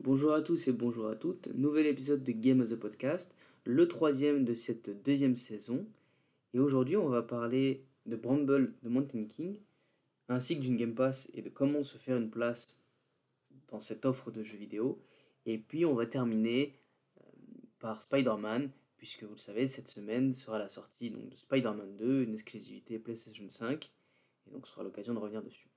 Bonjour à tous et bonjour à toutes, nouvel épisode de Game of the Podcast, le troisième de cette deuxième saison. Et aujourd'hui, on va parler de Bramble de Mountain King, ainsi que d'une Game Pass et de comment se faire une place dans cette offre de jeux vidéo. Et puis, on va terminer par Spider-Man, puisque vous le savez, cette semaine sera la sortie donc, de Spider-Man 2, une exclusivité PlayStation 5, et donc ce sera l'occasion de revenir dessus.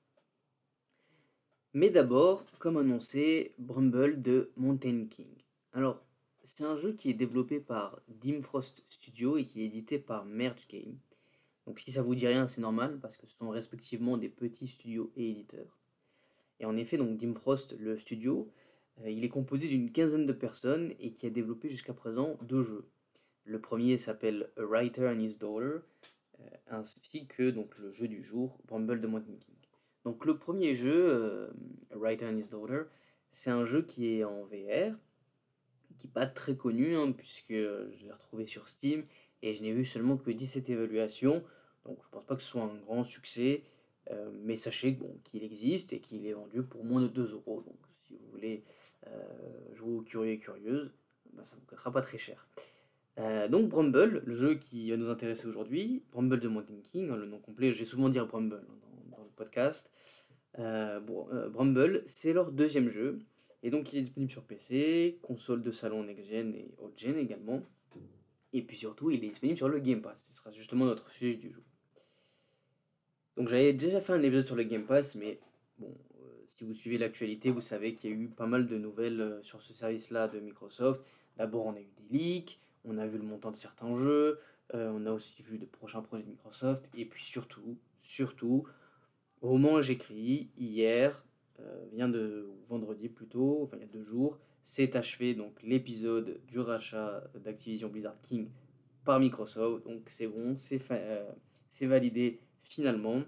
Mais d'abord, comme annoncé, Bramble de Mountain King. Alors, c'est un jeu qui est développé par Dim Frost Studio et qui est édité par Merge Game. Donc si ça vous dit rien, c'est normal parce que ce sont respectivement des petits studios et éditeurs. Et en effet, donc Dim Frost, le studio, il est composé d'une quinzaine de personnes et qui a développé jusqu'à présent deux jeux. Le premier s'appelle A Writer and His Daughter, ainsi que donc le jeu du jour, Bramble de Mountain King. Donc le premier jeu, Writer and His Daughter, c'est un jeu qui est en VR, qui n'est pas très connu, hein, puisque je l'ai retrouvé sur Steam, et je n'ai vu seulement que 17 évaluations, donc je pense pas que ce soit un grand succès, mais sachez bon, qu'il existe et qu'il est vendu pour moins de 2 euros, donc si vous voulez jouer aux curieux et curieuses, ben, ça ne vous coûtera pas très cher. Donc Bramble, le jeu qui va nous intéresser aujourd'hui, Bramble de Mountain King, hein, le nom complet, j'ai souvent dire Bramble hein, dans le podcast. Bramble, c'est leur deuxième jeu, et donc il est disponible sur PC, console de salon next-gen et old-gen également, et puis surtout il est disponible sur le Game Pass, ce sera justement notre sujet du jour. Donc j'avais déjà fait un épisode sur le Game Pass, mais bon, si vous suivez l'actualité, vous savez qu'il y a eu pas mal de nouvelles sur ce service-là de Microsoft. D'abord, on a eu des leaks, on a vu le montant de certains jeux, on a aussi vu de prochains projets de Microsoft, et puis surtout, au moment où j'écris, hier, ou vendredi plutôt, enfin il y a 2 jours, s'est achevé donc l'épisode du rachat d'Activision Blizzard King par Microsoft. Donc c'est bon, c'est validé finalement.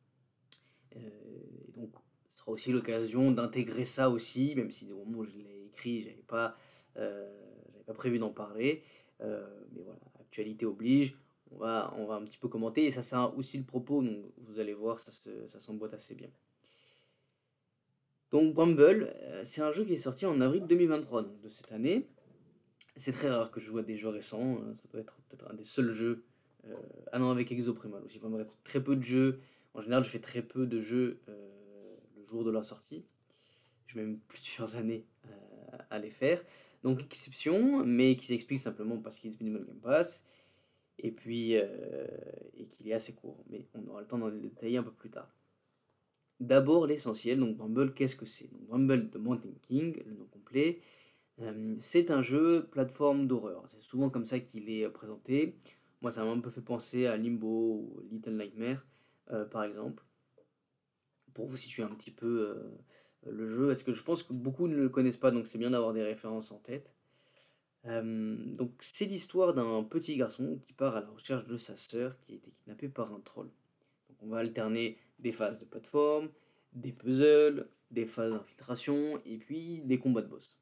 Et donc ce sera aussi l'occasion d'intégrer ça aussi, même si au moment où je l'ai écrit, j'avais pas prévu d'en parler. Mais voilà, actualité oblige. On va un petit peu commenter et ça sert aussi le propos, donc vous allez voir, ça s'emboîte assez bien. Donc Bramble, c'est un jeu qui est sorti en avril 2023, donc de cette année. C'est très rare que je vois des jeux récents, ça doit être peut-être un des seuls jeux. Ah non, avec Exoprimal aussi. Enfin bref, très peu de jeux. En général, je fais très peu de jeux le jour de leur sortie. Je mets même plusieurs années à les faire. Donc exception, mais qui s'explique simplement parce qu'il est disponible dans le Game Pass et puis et qu'il est assez court. Mais on aura le temps d'en détailler un peu plus tard. D'abord l'essentiel, donc Bramble, qu'est-ce que c'est? Donc Bramble de Mountain King, le nom complet, c'est un jeu plateforme d'horreur. C'est souvent comme ça qu'il est présenté. Moi, ça m'a un peu fait penser à Limbo ou Little Nightmare, par exemple. Pour vous situer un petit peu le jeu, est-ce que je pense que beaucoup ne le connaissent pas, donc c'est bien d'avoir des références en tête. Donc c'est l'histoire d'un petit garçon qui part à la recherche de sa sœur qui a été kidnappée par un troll. Donc on va alterner des phases de plateforme, des puzzles, des phases d'infiltration et puis des combats de boss.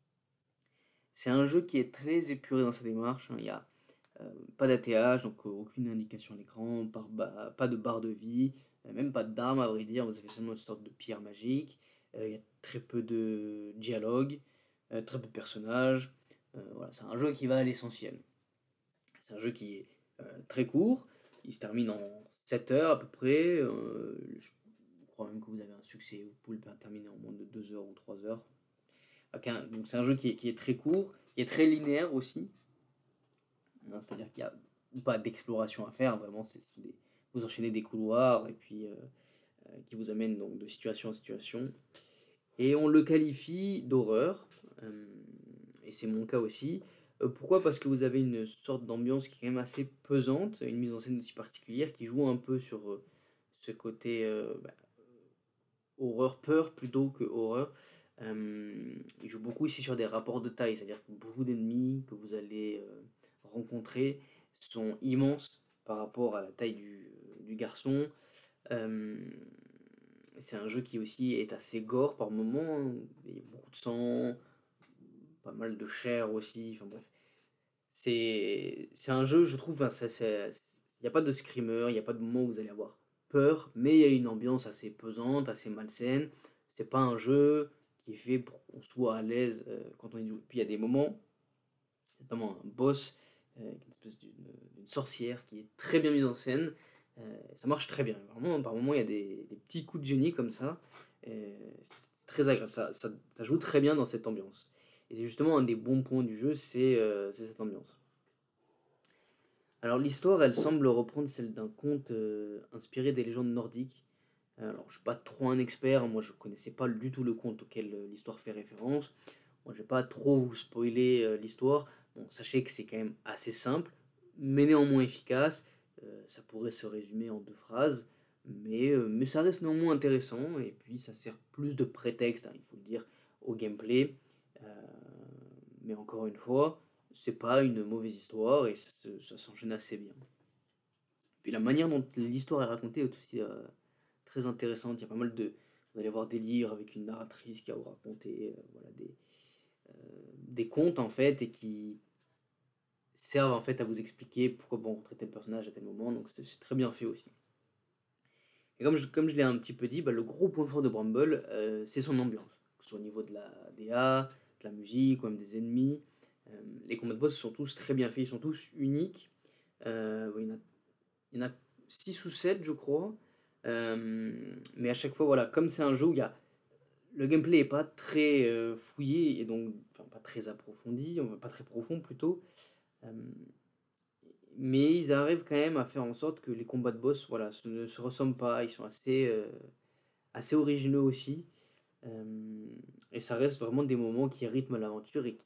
C'est un jeu qui est très épuré dans sa démarche, hein. Il y a pas d'ATH, donc aucune indication à l'écran, pas de barre de vie, même pas d'armes à vrai dire, vous avez seulement une sorte de pierre magique. Il y a très peu de dialogue, très peu de personnages. Voilà, c'est un jeu qui va à l'essentiel. C'est un jeu qui est très court, il se termine en 7 heures à peu près. Je crois même que vous avez un succès, vous pouvez le terminer en moins de 2 heures ou 3 heures. Donc c'est un jeu qui est très court, qui est très linéaire aussi, hein, c'est-à-dire qu'il n'y a pas d'exploration à faire, vraiment, vous enchaînez des couloirs et puis qui vous amènent donc de situation en situation. Et on le qualifie d'horreur, et c'est mon cas aussi. Pourquoi? Parce que vous avez une sorte d'ambiance qui est quand même assez pesante, une mise en scène aussi particulière qui joue un peu sur ce côté horreur, peur plutôt que horreur. Il joue beaucoup ici sur des rapports de taille, c'est-à-dire que beaucoup d'ennemis que vous allez rencontrer sont immenses par rapport à la taille du garçon. Euh, c'est un jeu qui aussi est assez gore par moments, hein. Il y a beaucoup de sang, pas mal de chair aussi, enfin bref. C'est un jeu, je trouve, enfin, il n'y a pas de screamer, il n'y a pas de moment où vous allez avoir peur, mais il y a une ambiance assez pesante, assez malsaine. C'est pas un jeu qui est fait pour qu'on soit à l'aise quand on y joue. Puis il y a des moments, notamment un boss, une espèce d'une sorcière qui est très bien mise en scène. Ça marche très bien. Vraiment, par moments, il y a des petits coups de génie comme ça. C'est très agréable. Ça joue très bien dans cette ambiance. Et c'est justement un des bons points du jeu, c'est cette ambiance. Alors l'histoire, elle semble reprendre celle d'un conte inspiré des légendes nordiques. Alors je suis pas trop un expert, moi je connaissais pas du tout le conte auquel l'histoire fait référence. Moi je vais pas trop vous spoiler l'histoire. Bon, sachez que c'est quand même assez simple, mais néanmoins efficace. Ça pourrait se résumer en deux phrases, mais ça reste néanmoins intéressant, et puis ça sert plus de prétexte, hein, il faut le dire, au gameplay. Euh, mais encore une fois, c'est pas une mauvaise histoire et ça s'enchaîne assez bien. Puis la manière dont l'histoire est racontée est aussi très intéressante. Il y a pas mal de. Vous allez voir des livres avec une narratrice qui va vous raconter voilà, des contes en fait et qui servent en fait à vous expliquer pourquoi vous rencontrez tel personnage à tel moment. Donc c'est très bien fait aussi. Et comme je l'ai un petit peu dit, bah, le gros point fort de Bramble, c'est son ambiance. Que ce soit au niveau de la DA, de la musique ou même des ennemis. Les combats de boss sont tous très bien faits, ils sont tous uniques. Oui, il y en a 6 ou 7 je crois. Mais à chaque fois, voilà, comme c'est un jeu où le gameplay est pas très fouillé et donc enfin, pas très approfondi, on va pas très profond plutôt. Euh, mais ils arrivent quand même à faire en sorte que les combats de boss voilà, ne se ressemblent pas, ils sont assez originaux aussi. Euh, et ça reste vraiment des moments qui rythment l'aventure et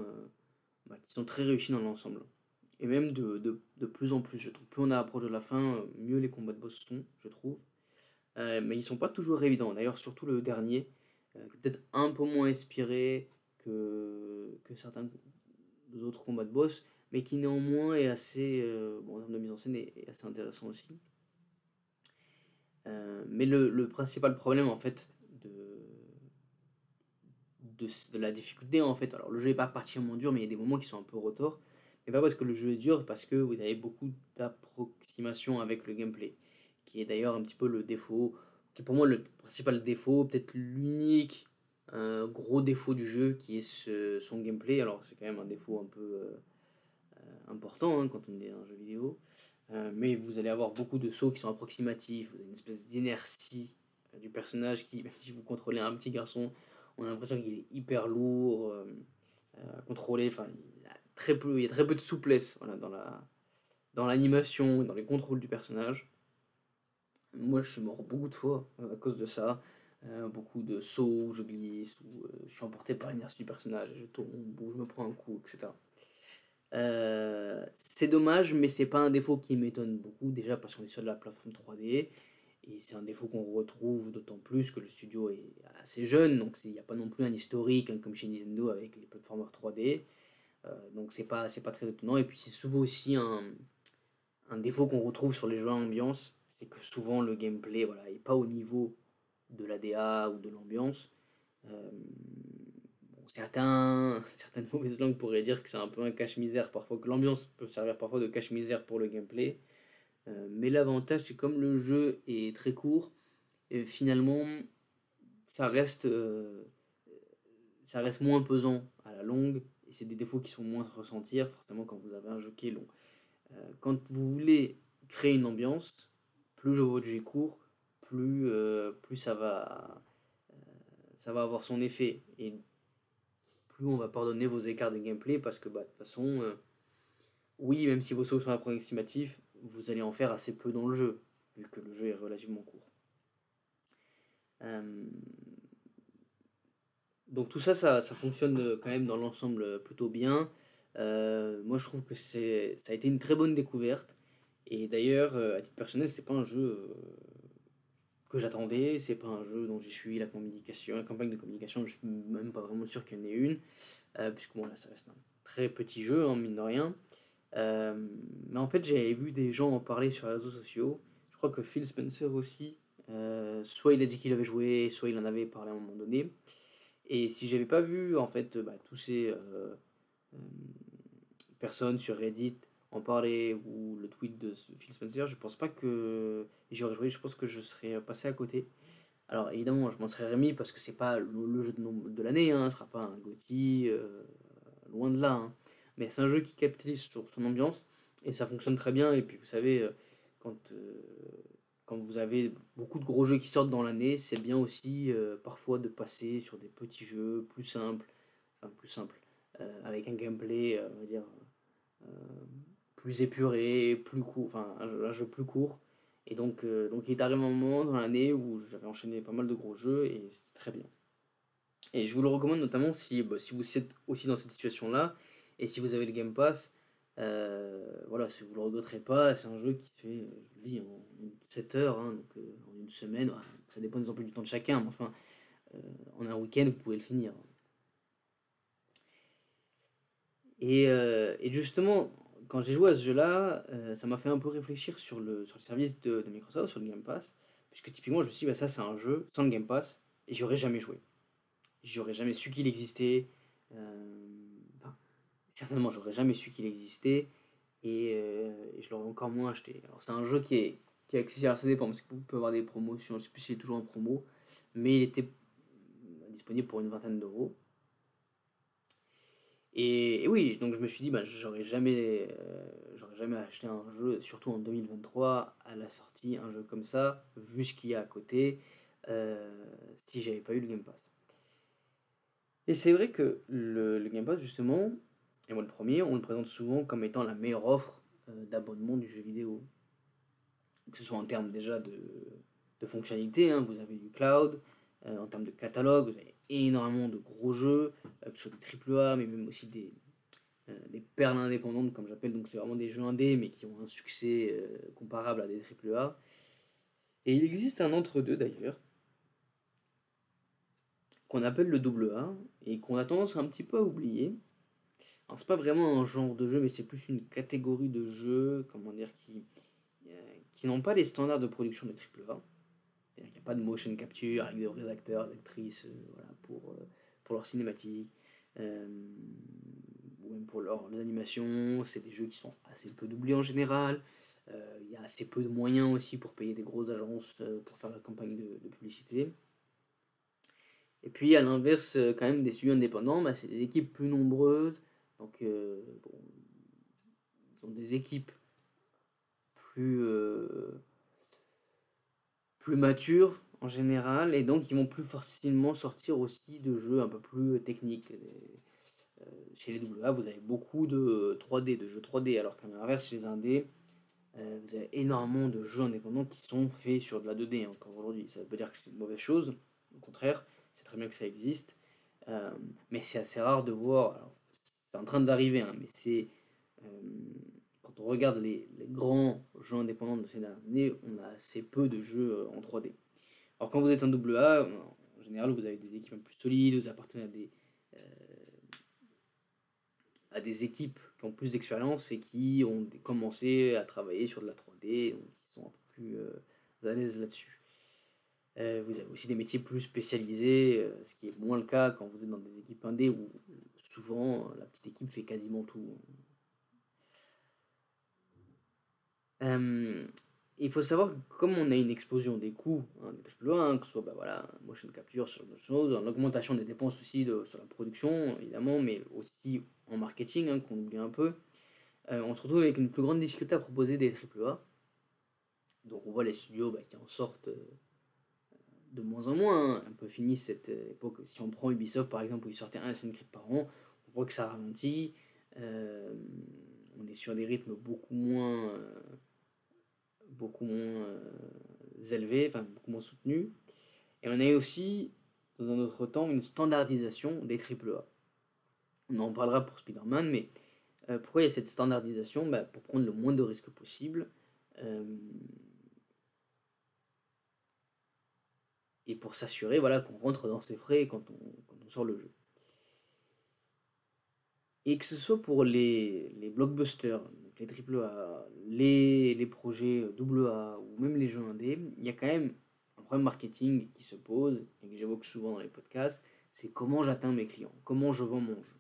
qui sont très réussis dans l'ensemble. Et même de plus en plus, je trouve. Plus on approche de la fin, mieux les combats de boss sont, je trouve. Mais ils sont pas toujours évidents. D'ailleurs, surtout le dernier, peut-être un peu moins inspiré que certains autres combats de boss, mais qui néanmoins est assez, bon, en termes de mise en scène, est assez intéressant aussi. Mais le principal problème, en fait, de la difficulté, en fait, alors le jeu est pas particulièrement dur, mais il y a des moments qui sont un peu retors. Mais pas parce que le jeu est dur, parce que vous avez beaucoup d'approximation avec le gameplay, qui est d'ailleurs un petit peu le défaut, qui est pour moi le principal défaut, peut-être l'unique gros défaut du jeu, qui est son gameplay. Alors c'est quand même un défaut un peu important hein, quand on est un jeu vidéo. Mais vous allez avoir beaucoup de sauts qui sont approximatifs, vous avez une espèce d'inertie du personnage qui, même si vous contrôlez un petit garçon, on a l'impression qu'il est hyper lourd à contrôler. Enfin, il y a très peu de souplesse voilà, dans l'animation, dans les contrôles du personnage. Moi, je suis mort beaucoup de fois à cause de ça. Beaucoup de sauts où je glisse, où je suis emporté par l'inertie du personnage, je tombe, ou je me prends un coup, etc. C'est dommage, mais c'est pas un défaut qui m'étonne beaucoup, déjà parce qu'on est sur de la plateforme 3D, et c'est un défaut qu'on retrouve d'autant plus que le studio est assez jeune, donc il n'y a pas non plus un historique hein, comme chez Nintendo avec les plateformeurs 3D, donc c'est pas très étonnant, et puis c'est souvent aussi un défaut qu'on retrouve sur les jeux à ambiance, c'est que souvent le gameplay voilà, est pas au niveau de la DA ou de l'ambiance. Euh, bon, certaines mauvaises langues pourraient dire que c'est un peu un cache-misère parfois, que l'ambiance peut servir parfois de cache-misère pour le gameplay. Mais l'avantage, c'est comme le jeu est très court, et finalement, ça reste, euh, ça reste moins pesant à la longue, et c'est des défauts qui sont moins à ressentir, forcément, quand vous avez un jeu qui est long. Quand vous voulez créer une ambiance, plus votre jeu est court, plus ça va avoir son effet. Et plus on va pardonner vos écarts de gameplay parce que bah, de toute façon, oui, même si vos sauts sont approximatifs, vous allez en faire assez peu dans le jeu, vu que le jeu est relativement court. Euh, donc tout ça, ça fonctionne quand même dans l'ensemble plutôt bien. Moi je trouve que ça a été une très bonne découverte. Et d'ailleurs, à titre personnel, c'est pas un jeu que j'attendais, c'est pas un jeu dont j'ai suivi la campagne de communication, je suis même pas vraiment sûr qu'il y en ait une, puisque bon là ça reste un très petit jeu, hein, mine de rien. Euh, mais en fait, j'avais vu des gens en parler sur les réseaux sociaux. Je crois que Phil Spencer aussi. Soit il a dit qu'il avait joué, soit il en avait parlé à un moment donné. Et si j'avais pas vu en fait bah, tous ces euh, personnes sur Reddit en parler ou le tweet de Phil Spencer, je pense pas que j'y aurais joué. Je pense que je serais passé à côté. Alors évidemment, je m'en serais remis parce que c'est pas le jeu de l'année, hein, ce sera pas un GOTY, loin de là, hein. Mais c'est un jeu qui capitalise sur son ambiance et ça fonctionne très bien. Et puis vous savez, quand, quand vous avez beaucoup de gros jeux qui sortent dans l'année, c'est bien aussi parfois de passer sur des petits jeux plus simples, enfin plus simples, avec un gameplay, on va dire, euh, plus épuré, plus court, enfin un jeu plus court. Et donc il est arrivé un moment dans l'année où j'avais enchaîné pas mal de gros jeux et c'était très bien. Et je vous le recommande notamment si, bah, si vous êtes aussi dans cette situation-là et si vous avez le Game Pass. Voilà, si vous le regretterez pas, c'est un jeu qui se fait, je vous le dis, en 7 heures, hein, donc en une semaine. Ouais, ça dépend des emplois du temps de chacun, mais enfin, euh, en un week-end, vous pouvez le finir. Et justement, quand j'ai joué à ce jeu-là, ça m'a fait un peu réfléchir sur le service de Microsoft, sur le Game Pass, puisque typiquement, je me suis dit, bah, ça, c'est un jeu sans le Game Pass, et j'y aurais jamais joué. J'aurais jamais su qu'il existait. Enfin, certainement, j'aurais jamais su qu'il existait, et je l'aurais encore moins acheté. Alors, c'est un jeu qui est accessible, ça dépend, parce que vous pouvez avoir des promotions, je sais plus s'il est toujours en promo, mais il était disponible pour une vingtaine d'euros. Et oui, donc je me suis dit, bah, j'aurais jamais acheté un jeu, surtout en 2023, à la sortie, un jeu comme ça, vu ce qu'il y a à côté, si j'avais pas eu le Game Pass. Et c'est vrai que le Game Pass, justement, et moi le premier, on le présente souvent comme étant la meilleure offre d'abonnement du jeu vidéo. Que ce soit en termes déjà de fonctionnalités, hein, vous avez du cloud, en termes de catalogue, vous avez énormément de gros jeux, que ce soit des triple A, mais même aussi des perles indépendantes, comme j'appelle, donc c'est vraiment des jeux indés, mais qui ont un succès comparable à des triple A. Et il existe un entre-deux d'ailleurs, qu'on appelle le double A, et qu'on a tendance un petit peu à oublier. Alors c'est pas vraiment un genre de jeu, mais c'est plus une catégorie de jeux, comment dire, qui n'ont pas les standards de production des triple A. C'est-à-dire qu'il n'y a pas de motion capture avec de vrais acteurs, actrices, voilà, pour leur cinématique, euh, ou même pour leurs animations. C'est des jeux qui sont assez peu doublés en général. Il y a assez peu de moyens aussi pour payer des grosses agences pour faire la campagne de publicité. Et puis à l'inverse, quand même, des studios indépendants, bah, c'est des équipes plus nombreuses. Donc, bon, ce sont des équipes plus, plus matures en général, et donc ils vont plus facilement sortir aussi de jeux un peu plus techniques. Chez les AA, vous avez beaucoup de 3D, de jeux 3D, alors qu'à l'inverse, chez les indés, vous avez énormément de jeux indépendants qui sont faits sur de la 2D encore aujourd'hui. Ça veut pas dire que c'est une mauvaise chose, au contraire, c'est très bien que ça existe, euh, mais c'est assez rare de voir. Alors, c'est en train d'arriver, hein, mais c'est euh, quand on regarde les grands jeux indépendants de ces dernières années, on a assez peu de jeux en 3D. Alors quand vous êtes un double A, en général, vous avez des équipes un peu plus solides, vous appartenez euh, à des équipes qui ont plus d'expérience et qui ont commencé à travailler sur de la 3D, donc qui sont un peu plus à l'aise là-dessus. Vous avez aussi des métiers plus spécialisés, ce qui est moins le cas quand vous êtes dans des équipes indé où souvent la petite équipe fait quasiment tout. Euh, il faut savoir que comme on a une explosion des coûts, hein, des triple A, hein, que ce soit bah, voilà, motion capture sur d'autres choses, en augmentation des dépenses aussi sur la production, évidemment, mais aussi en marketing, hein, qu'on oublie un peu, on se retrouve avec une plus grande difficulté à proposer des triple A. Donc on voit les studios bah, qui en sortent de moins en moins, hein, un peu fini cette époque. Si on prend Ubisoft par exemple, où ils sortaient un Assassin's Creed par an, on voit que ça ralentit. Euh, on est sur des rythmes beaucoup moins élevés, enfin beaucoup moins soutenus. Et on a aussi, dans un autre temps, une standardisation des triple A. On en parlera pour Spider-Man, mais pourquoi il y a cette standardisation? Bah, pour prendre le moins de risques possible. Euh, et pour s'assurer voilà, qu'on rentre dans ses frais quand on sort le jeu. Et que ce soit pour les blockbusters, donc les triple A, les projets double A ou même les jeux indés, il y a quand même un problème marketing qui se pose et que j'évoque souvent dans les podcasts, c'est comment j'atteins mes clients, comment je vends mon jeu.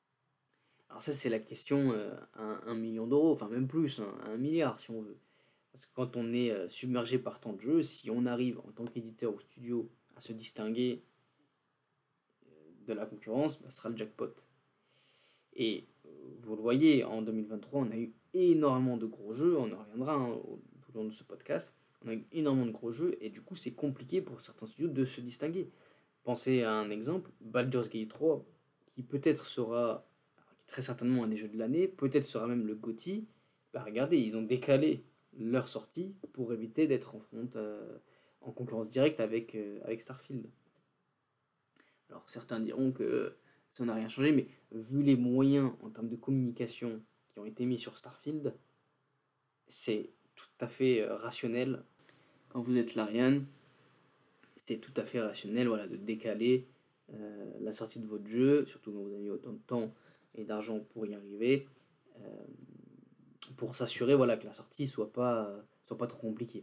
Alors ça c'est la question à 1 million d'euros, enfin même plus, hein, à 1 milliard si on veut. Parce que quand on est submergé par tant de jeux, si on arrive en tant qu'éditeur ou studio à se distinguer de la concurrence, bah, ce sera le jackpot. Et vous le voyez, en 2023, on a eu énormément de gros jeux, on en reviendra tout au long de ce podcast, on a eu énormément de gros jeux, et du coup c'est compliqué pour certains studios de se distinguer. Pensez à un exemple, Baldur's Gate 3, qui peut-être sera, très certainement un des jeux de l'année, peut-être sera même le GOTY. Bah regardez, ils ont décalé leur sortie pour éviter d'être en concurrence directe avec Starfield. Alors certains diront que ça n'a rien changé, mais vu les moyens en termes de communication qui ont été mis sur Starfield, c'est tout à fait rationnel. Quand vous êtes Larian, c'est tout à fait rationnel, voilà, de décaler la sortie de votre jeu, surtout quand vous avez autant de temps et d'argent pour y arriver, euh, pour s'assurer, voilà, que la sortie soit pas trop compliquée.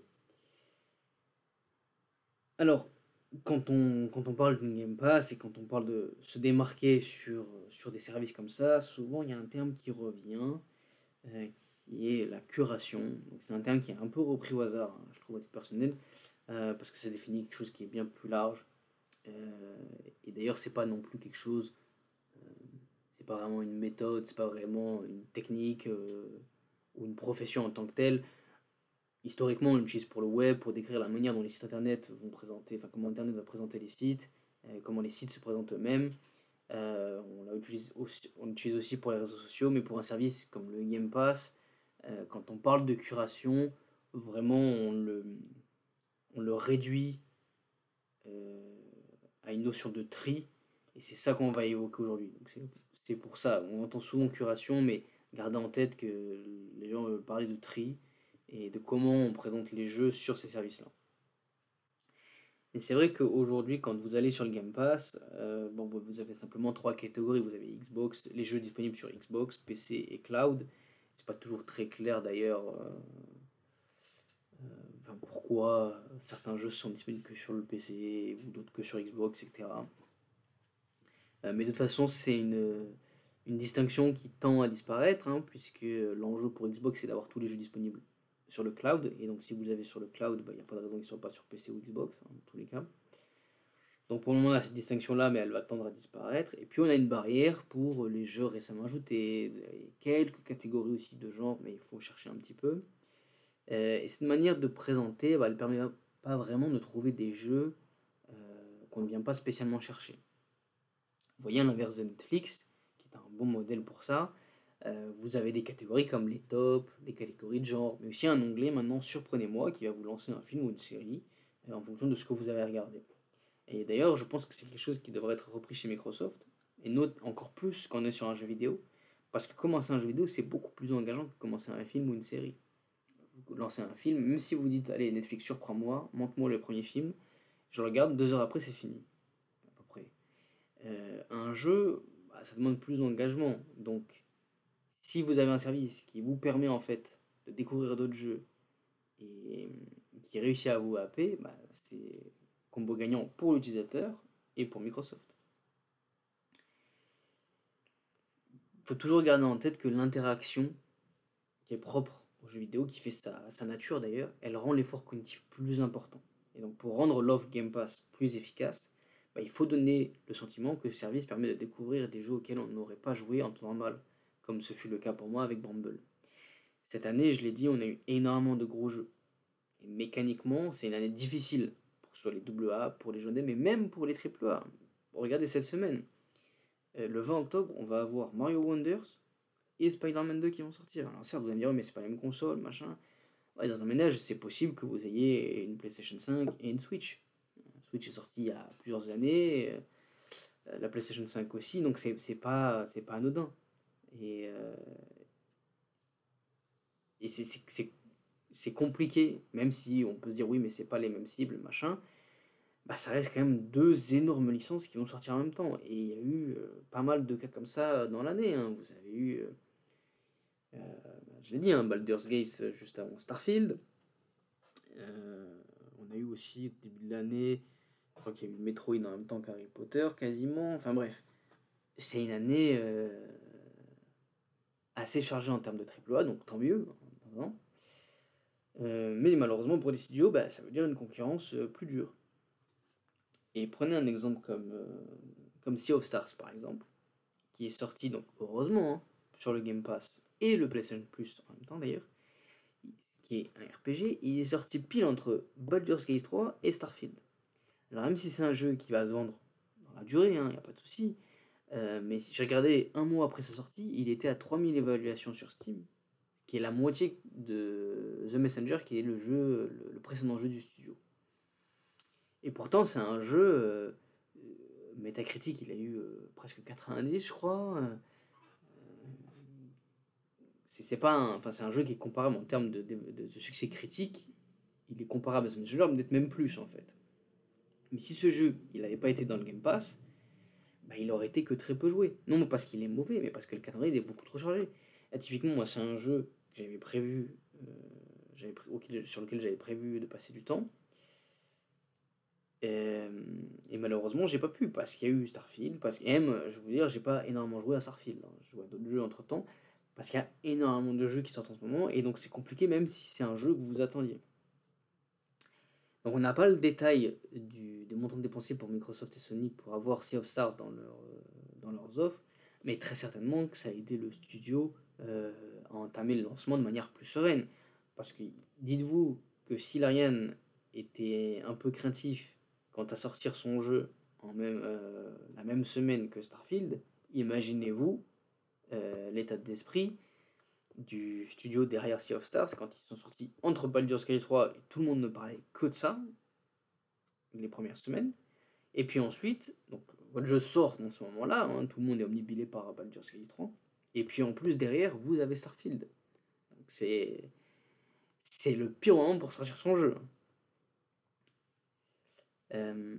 Alors, quand on parle d'une Game Pass et quand on parle de se démarquer sur des services comme ça, souvent il y a un terme qui revient, euh, qui est la curation. Donc, c'est un terme qui est un peu repris au hasard, hein, je trouve à titre personnel, parce que ça définit quelque chose qui est bien plus large. Euh, et d'ailleurs, c'est pas non plus quelque chose, euh, c'est pas vraiment une méthode, c'est pas vraiment une technique ou une profession en tant que telle. Historiquement, on l'utilise pour le web, pour décrire la manière dont les sites internet vont présenter, enfin comment internet va présenter les sites, comment les sites se présentent eux-mêmes. On l'utilise aussi pour les réseaux sociaux, mais pour un service comme le Game Pass, quand on parle de curation, vraiment on le réduit euh, à une notion de tri, et c'est ça qu'on va évoquer aujourd'hui. Donc c'est pour ça, on entend souvent curation, mais gardez en tête que les gens veulent parler de tri et de comment on présente les jeux sur ces services-là. Et c'est vrai qu'aujourd'hui, quand vous allez sur le Game Pass, bon, vous avez simplement trois catégories. Vous avez Xbox, les jeux disponibles sur Xbox, PC et cloud. C'est pas toujours très clair d'ailleurs, enfin, pourquoi certains jeux sont disponibles que sur le PC ou d'autres que sur Xbox, etc. Mais de toute façon, c'est une distinction qui tend à disparaître, hein, puisque l'enjeu pour Xbox, c'est d'avoir tous les jeux disponibles sur le cloud. Et donc, si vous avez sur le cloud, il n'y a pas de raison qu'ils ne soient pas sur PC ou Xbox, hein, dans tous les cas. Donc, pour le moment, on a cette distinction-là, mais elle va tendre à disparaître. Et puis, on a une barrière pour les jeux récemment ajoutés, et quelques catégories aussi de genre, mais il faut chercher un petit peu. Et cette manière de présenter, bah, elle ne permet pas vraiment de trouver des jeux qu'on ne vient pas spécialement chercher. Vous voyez, à l'inverse de Netflix, qui est un bon modèle pour ça, vous avez des catégories comme les tops, des catégories de genre, mais aussi un onglet maintenant Surprenez-moi qui va vous lancer un film ou une série en fonction de ce que vous avez regardé. Et d'ailleurs, je pense que c'est quelque chose qui devrait être repris chez Microsoft, et note encore plus quand on est sur un jeu vidéo, parce que commencer un jeu vidéo, c'est beaucoup plus engageant que commencer un film ou une série. Vous lancez un film, même si vous dites, allez, Netflix, surprends-moi, montre-moi le premier film, je le regarde, 2 heures après, c'est fini, à peu près. Un jeu, bah, ça demande plus d'engagement. Donc, si vous avez un service qui vous permet en fait de découvrir d'autres jeux et qui réussit à vous happer, bah, c'est combo gagnant pour l'utilisateur et pour Microsoft. Il faut toujours garder en tête que l'interaction qui est propre aux jeux vidéo, qui fait sa nature d'ailleurs, elle rend l'effort cognitif plus important. Et donc pour rendre l'offre Game Pass plus efficace, bah, il faut donner le sentiment que le service permet de découvrir des jeux auxquels on n'aurait pas joué en temps normal, comme ce fut le cas pour moi avec Bramble. Cette année, je l'ai dit, on a eu énormément de gros jeux. Et mécaniquement, c'est une année difficile pour soit les AA, pour les jeunes, mais même pour les AAA. Regardez cette semaine. Le 20 octobre, on va avoir Mario Wonders et Spider-Man 2 qui vont sortir. Alors certes, vous allez me dire, oui, mais c'est pas la même console, machin. Ouais, dans un ménage, c'est possible que vous ayez une PlayStation 5 et une Switch. La Switch est sortie il y a plusieurs années, la PlayStation 5 aussi, donc c'est pas anodin. Et, euh, et c'est compliqué, même si on peut se dire oui, mais c'est pas les mêmes cibles, machin. Bah, ça reste quand même deux énormes licences qui vont sortir en même temps. Et il y a eu pas mal de cas comme ça dans l'année, hein. Vous avez eu, je l'ai dit, hein, Baldur's Gate juste avant Starfield. Euh, on a eu aussi au début de l'année, je crois qu'il y a eu Metroid en même temps qu'Harry Potter, quasiment. Enfin bref, c'est une année assez chargée en termes de AAA, donc tant mieux, hein. Mais malheureusement pour les studios, bah, ça veut dire une concurrence, plus dure. Et prenez un exemple comme Sea of Stars par exemple, qui est sorti donc heureusement, hein, sur le Game Pass et le PlayStation Plus en même temps d'ailleurs, qui est un RPG, il est sorti pile entre Baldur's Gate 3 et Starfield. Alors même si c'est un jeu qui va se vendre dans la durée, hein, y a pas de souci, mais si j'ai regardé un mois après sa sortie, il était à 3000 évaluations sur Steam, ce qui est la moitié de The Messenger, qui est le précédent jeu du studio. Et pourtant, c'est un jeu, Metacritic, il a eu presque 90, je crois. C'est pas enfin, c'est un jeu qui est comparable en termes de succès critique. Il est comparable à The Messenger, peut-être même plus en fait. Mais si ce jeu, il n'avait pas été dans le Game Pass, bah, il aurait été que très peu joué. Non parce qu'il est mauvais, mais parce que le calendrier est beaucoup trop chargé. Et typiquement, moi, c'est un jeu que j'avais prévu, sur lequel j'avais prévu de passer du temps. Et malheureusement, j'ai pas pu parce qu'il y a eu Starfield. Parce que, même, je veux dire, j'ai pas énormément joué à Starfield, hein. Je joue à d'autres jeux entre temps. Parce qu'il y a énormément de jeux qui sortent en ce moment. Et donc, c'est compliqué, même si c'est un jeu que vous attendiez. Donc, on n'a pas le détail des montants dépensés pour Microsoft et Sony pour avoir Sea of Stars dans leurs offres. Mais très certainement que ça a aidé le studio à entamer le lancement de manière plus sereine. Parce que dites-vous que si Larian était un peu craintif quant à sortir son jeu la même semaine que Starfield, imaginez-vous l'état d'esprit du studio derrière Sea of Stars quand ils sont sortis entre Baldur's Gate 3 et tout le monde ne parlait que de ça les premières semaines. Et puis ensuite, donc votre jeu sort dans ce moment-là, hein, tout le monde est omnibilé par Baldur's Gate 3. Et puis en plus derrière, vous avez Starfield. Donc c'est le pire moment pour sortir son jeu. Euh,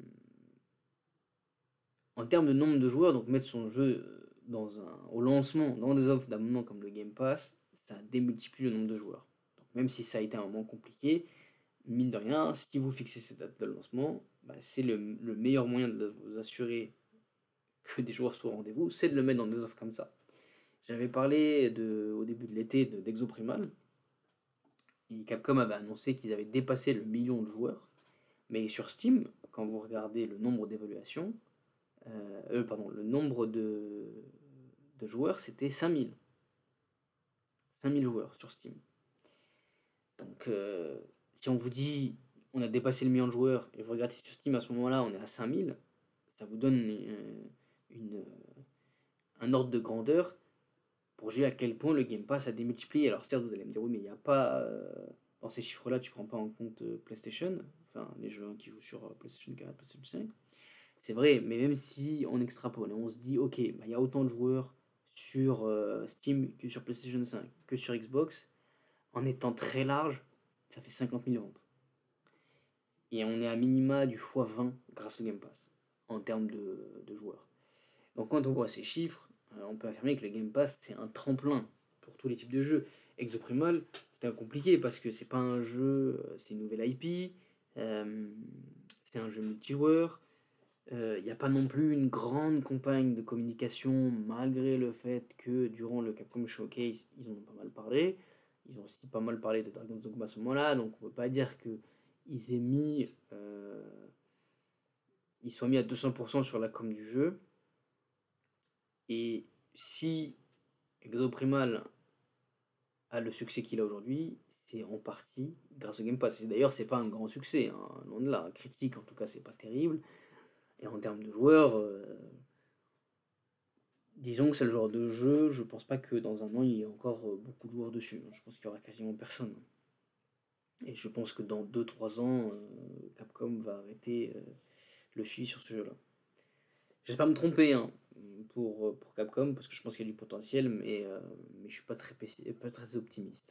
En termes de nombre de joueurs, donc mettre son jeu au lancement dans des offres d'abonnement comme le Game Pass, ça démultiplie le nombre de joueurs. Donc même si ça a été un moment compliqué, mine de rien, si vous fixez cette date de lancement, bah, c'est le meilleur moyen de vous assurer que des joueurs soient au rendez-vous, c'est de le mettre dans des offres comme ça. J'avais parlé au début de l'été d'Exoprimal, et Capcom avait annoncé qu'ils avaient dépassé le million de joueurs, mais sur Steam, quand vous regardez le nombre d'évaluations, pardon, le nombre de joueurs, c'était 5000. 5000 joueurs sur Steam. Donc, si on vous dit on a dépassé le million de joueurs et vous regardez sur Steam à ce moment-là, on est à 5000, ça vous donne une, un ordre de grandeur pour juger à quel point le Game Pass a démultiplié. Alors, certes, vous allez me dire oui, mais il n'y a pas. Dans ces chiffres-là, tu prends pas en compte PlayStation, enfin les jeux qui jouent sur PlayStation 4, PlayStation 5. C'est vrai, mais même si on extrapole et on se dit, ok, bah, il y a autant de joueurs sur Steam que sur PlayStation 5, que sur Xbox, en étant très large, ça fait 50 000 ventes. Et on est à minima du x20 grâce au Game Pass, en termes de joueurs. Donc quand on voit ces chiffres, on peut affirmer que le Game Pass, c'est un tremplin pour tous les types de jeux. Exoprimal, c'était compliqué parce que c'est pas un jeu, c'est une nouvelle IP, c'est un jeu multijoueur. Il n'y a pas non plus une grande campagne de communication, malgré le fait que durant le Capcom Showcase, ils en ont pas mal parlé. Ils ont aussi pas mal parlé de Dragon's Dogma à ce moment-là, donc on ne peut pas dire qu'ils aient mis, ils soient mis à 200% sur la com du jeu. Et si Exoprimal a le succès qu'il a aujourd'hui, c'est en partie grâce au Game Pass. D'ailleurs, c'est pas un grand succès, hein, loin de là. Critique, en tout cas, c'est pas terrible. Et en termes de joueurs, disons que c'est le genre de jeu, je pense pas que dans un an il y ait encore beaucoup de joueurs dessus. Je pense qu'il y aura quasiment personne. Et je pense que dans 2-3 ans, Capcom va arrêter le suivi sur ce jeu-là. J'espère me tromper, hein, pour Capcom, parce que je pense qu'il y a du potentiel, mais je suis pas très optimiste.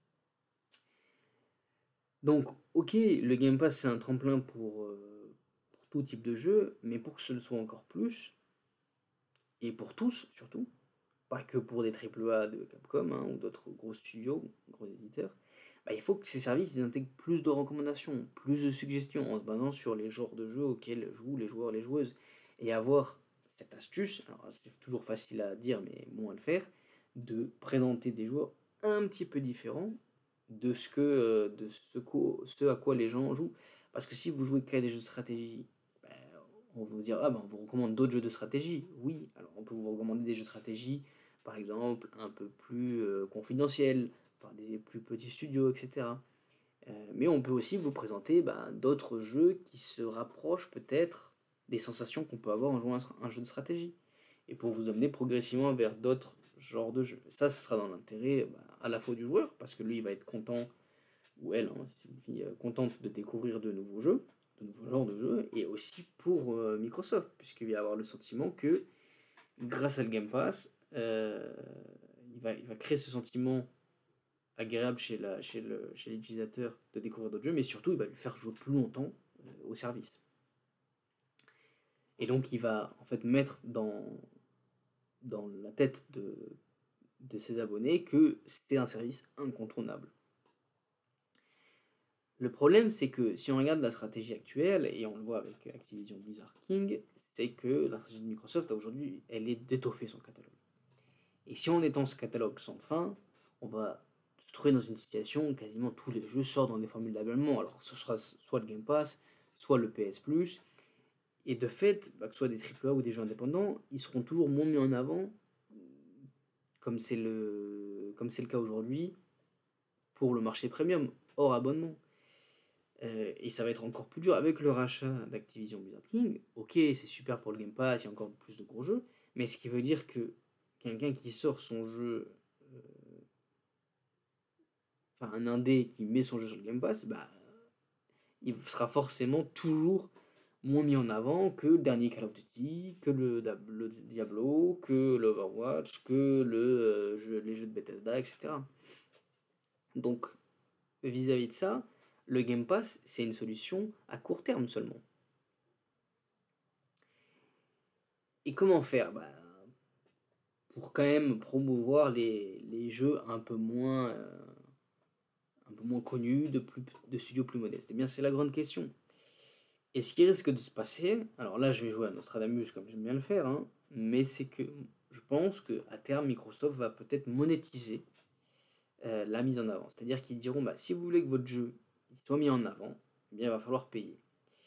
Donc, ok, le Game Pass c'est un tremplin pour tout type de jeu, mais pour que ce le soit encore plus, et pour tous surtout, pas que pour des AAA de Capcom, hein, ou d'autres gros studios, gros éditeurs, bah, il faut que ces services ils intègrent plus de recommandations, plus de suggestions en se basant sur les genres de jeux auxquels jouent les joueurs, les joueuses. Et avoir cette astuce, alors c'est toujours facile à dire mais bon à le faire, de présenter des joueurs un petit peu différents ce à quoi les gens jouent. Parce que si vous jouez qu'à des jeux de stratégie, bah, on va vous dire: «Ah bah, on vous recommande d'autres jeux de stratégie». Oui, alors on peut vous recommander des jeux de stratégie, par exemple, un peu plus, confidentiels, par des plus petits studios et cetera. Mais on peut aussi vous présenter, bah, d'autres jeux qui se rapprochent peut-être des sensations qu'on peut avoir en jouant à un jeu de stratégie et pour vous amener progressivement vers d'autres genres de jeux. Ça, ce sera dans l'intérêt, bah, à la fois du joueur parce que lui, il va être content ou elle, hein, c'est une fille, contente de découvrir de nouveaux jeux, de nouveaux genres de jeux et aussi pour, Microsoft puisqu'il va y avoir le sentiment que grâce à le Game Pass, il va créer ce sentiment agréable chez l'utilisateur de découvrir d'autres jeux, mais surtout, il va lui faire jouer plus longtemps, au service. Et donc il va, en fait, mettre dans la tête de ses abonnés que c'est un service incontournable. Le problème, c'est que si on regarde la stratégie actuelle, et on le voit avec Activision Blizzard King, c'est que la stratégie de Microsoft, aujourd'hui, elle est d'étoffer son catalogue. Et si on étend ce catalogue sans fin, on va se trouver dans une situation où quasiment tous les jeux sortent dans des formules d'abonnement. Alors ce sera soit le Game Pass, soit le PS Plus. Et de fait, bah, que ce soit des AAA ou des jeux indépendants, ils seront toujours moins mis en avant, comme c'est le cas aujourd'hui, pour le marché premium, hors abonnement. Et ça va être encore plus dur avec le rachat d'Activision Blizzard King. Ok, c'est super pour le Game Pass, il y a encore plus de gros jeux, mais ce qui veut dire que quelqu'un qui sort son jeu, enfin un indé qui met son jeu sur le Game Pass, bah, il sera forcément toujours moins mis en avant que le dernier Call of Duty, que le Diablo, que l'Overwatch, que les jeux de Bethesda, etc. Donc, vis-à-vis de ça, le Game Pass, c'est une solution à court terme seulement. Et comment faire? Bah, pour quand même promouvoir les jeux un peu moins connus, de studios plus modestes. Eh bien, c'est la grande question. Et ce qui risque de se passer, alors là je vais jouer à Nostradamus comme j'aime bien le faire, hein, mais c'est que je pense qu'à terme Microsoft va peut-être monétiser la mise en avant. C'est-à-dire qu'ils diront, bah, si vous voulez que votre jeu soit mis en avant, eh bien il va falloir payer.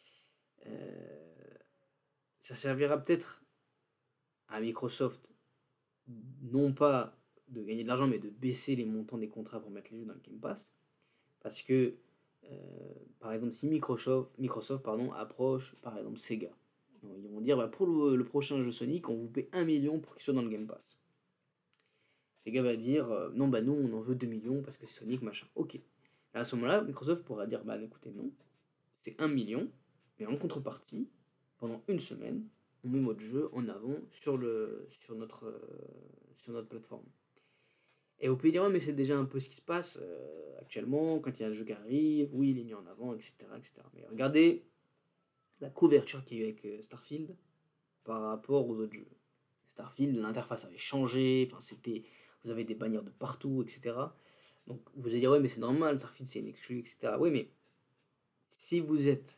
Ça servira peut-être à Microsoft non pas de gagner de l'argent, mais de baisser les montants des contrats pour mettre les jeux dans le Game Pass. Parce que, par exemple, si Microsoft pardon, approche, par exemple, Sega, ils vont dire, bah, pour le prochain jeu Sonic, on vous paie 1 million pour qu'il soit dans le Game Pass. Sega va dire, non, bah nous, on en veut 2 millions parce que c'est Sonic, machin. Ok. Et à ce moment-là, Microsoft pourra dire, bah écoutez, non, c'est 1 million, mais en contrepartie, pendant une semaine, on met votre jeu en avant sur notre plateforme. Et vous pouvez dire, ouais, mais c'est déjà un peu ce qui se passe actuellement, quand il y a un jeu qui arrive, oui, il est mis en avant, etc. etc. Mais regardez la couverture qu'il y a eu avec Starfield par rapport aux autres jeux. Starfield, l'interface avait changé, enfin, vous avez des bannières de partout, etc. Donc vous allez dire, ouais, mais c'est normal, Starfield c'est une exclue, etc. Oui, mais si vous êtes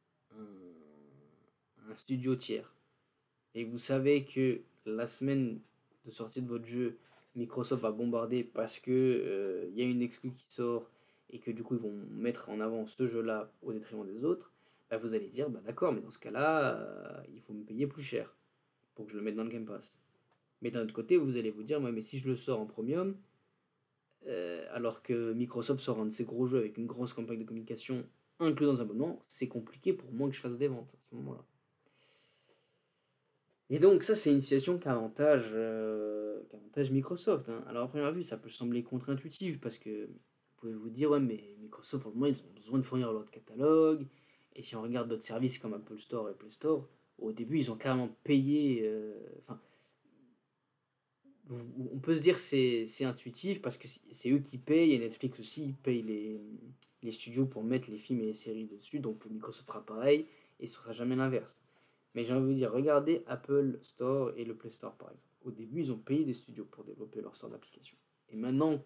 un studio tiers et vous savez que la semaine de sortie de votre jeu, Microsoft va bombarder parce que y a une exclue qui sort et que du coup ils vont mettre en avant ce jeu-là au détriment des autres, bah, vous allez dire, bah d'accord, mais dans ce cas-là, il faut me payer plus cher pour que je le mette dans le Game Pass. Mais d'un autre côté, vous allez vous dire, ouais, mais si je le sors en premium, alors que Microsoft sort un de ses gros jeux avec une grosse campagne de communication inclus dans un abonnement, c'est compliqué pour moi que je fasse des ventes à ce moment-là. Et donc ça, c'est une situation qu'avantage Microsoft, hein. Alors à première vue, ça peut sembler contre-intuitif parce que vous pouvez vous dire, ouais, mais Microsoft, pour le moment, ils ont besoin de fournir leur catalogue. Et si on regarde d'autres services comme Apple Store et Play Store, au début, ils ont carrément payé. Enfin, on peut se dire c'est intuitif parce que c'est eux qui payent et Netflix aussi, ils payent les studios pour mettre les films et les séries dessus. Donc Microsoft fera pareil et ce sera jamais l'inverse. Mais j'ai envie de vous dire, regardez Apple Store et le Play Store par exemple. Au début, ils ont payé des studios pour développer leur store d'application. Et maintenant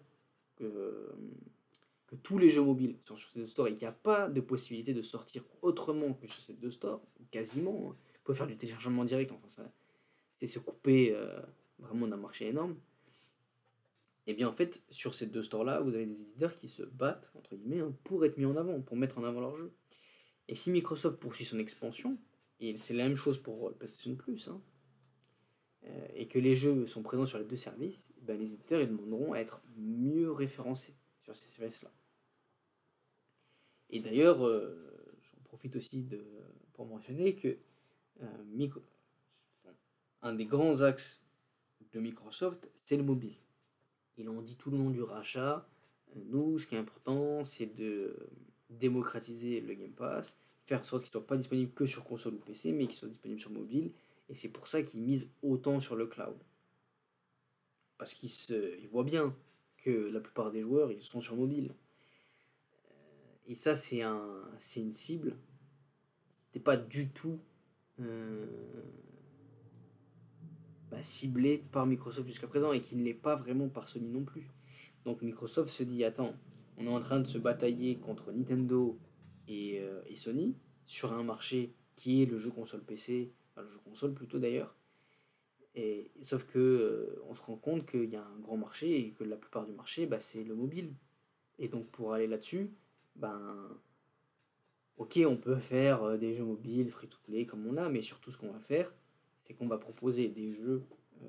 que tous les jeux mobiles sont sur ces deux stores et qu'il n'y a pas de possibilité de sortir autrement que sur ces deux stores, quasiment, hein, vous pouvez faire du téléchargement direct, enfin ça, c'est se couper vraiment d'un marché énorme. Et bien en fait, sur ces deux stores-là, vous avez des éditeurs qui se battent, entre guillemets, hein, pour être mis en avant, pour mettre en avant leur jeu. Et si Microsoft poursuit son expansion, et c'est la même chose pour PlayStation Plus, hein, et que les jeux sont présents sur les deux services, ben les éditeurs ils demanderont à être mieux référencés sur ces services-là. Et d'ailleurs, j'en profite aussi pour mentionner que Micro- un des grands axes de Microsoft, c'est le mobile. Ils l'ont dit tout le long du rachat. Nous, ce qui est important, c'est de démocratiser le Game Pass, faire en sorte qu'il ne soit pas disponible que sur console ou PC, mais qu'il soit disponible sur mobile. Et c'est pour ça qu'ils misent autant sur le cloud. Parce qu'ils voient bien que la plupart des joueurs, ils sont sur mobile. Et ça, c'est une cible qui n'était pas du tout euh, ciblée par Microsoft jusqu'à présent et qui ne l'est pas vraiment par Sony non plus. Donc Microsoft se dit, attends, on est en train de se batailler contre Nintendo et Sony sur un marché qui est le jeu console PC, enfin le jeu console plutôt d'ailleurs. Et, sauf que on se rend compte qu'il y a un grand marché et que la plupart du marché, bah, c'est le mobile. Et donc pour aller là-dessus, ben ok, on peut faire des jeux mobiles, free-to-play comme on a, mais surtout ce qu'on va faire, c'est qu'on va proposer des jeux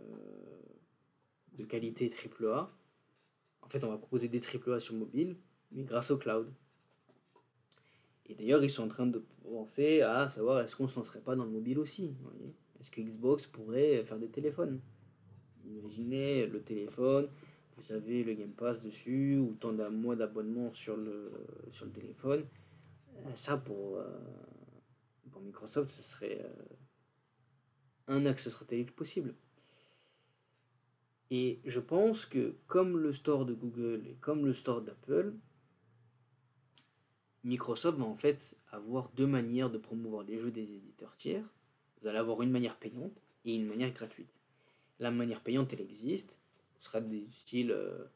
de qualité AAA. En fait, on va proposer des AAA sur mobile, mais grâce au cloud. Et d'ailleurs, ils sont en train de penser à savoir est-ce qu'on ne s'en serait pas dans le mobile aussi. Est-ce que Xbox pourrait faire des téléphones? Imaginez le téléphone, vous avez le Game Pass dessus, ou tant d'un mois d'abonnement sur le téléphone. Ça, pour Microsoft, ce serait un axe stratégique possible. Et je pense que comme le store de Google et comme le store d'Apple, Microsoft va en fait avoir deux manières de promouvoir les jeux des éditeurs tiers. Vous allez avoir une manière payante et une manière gratuite. La manière payante, elle existe. Ce sera des styles,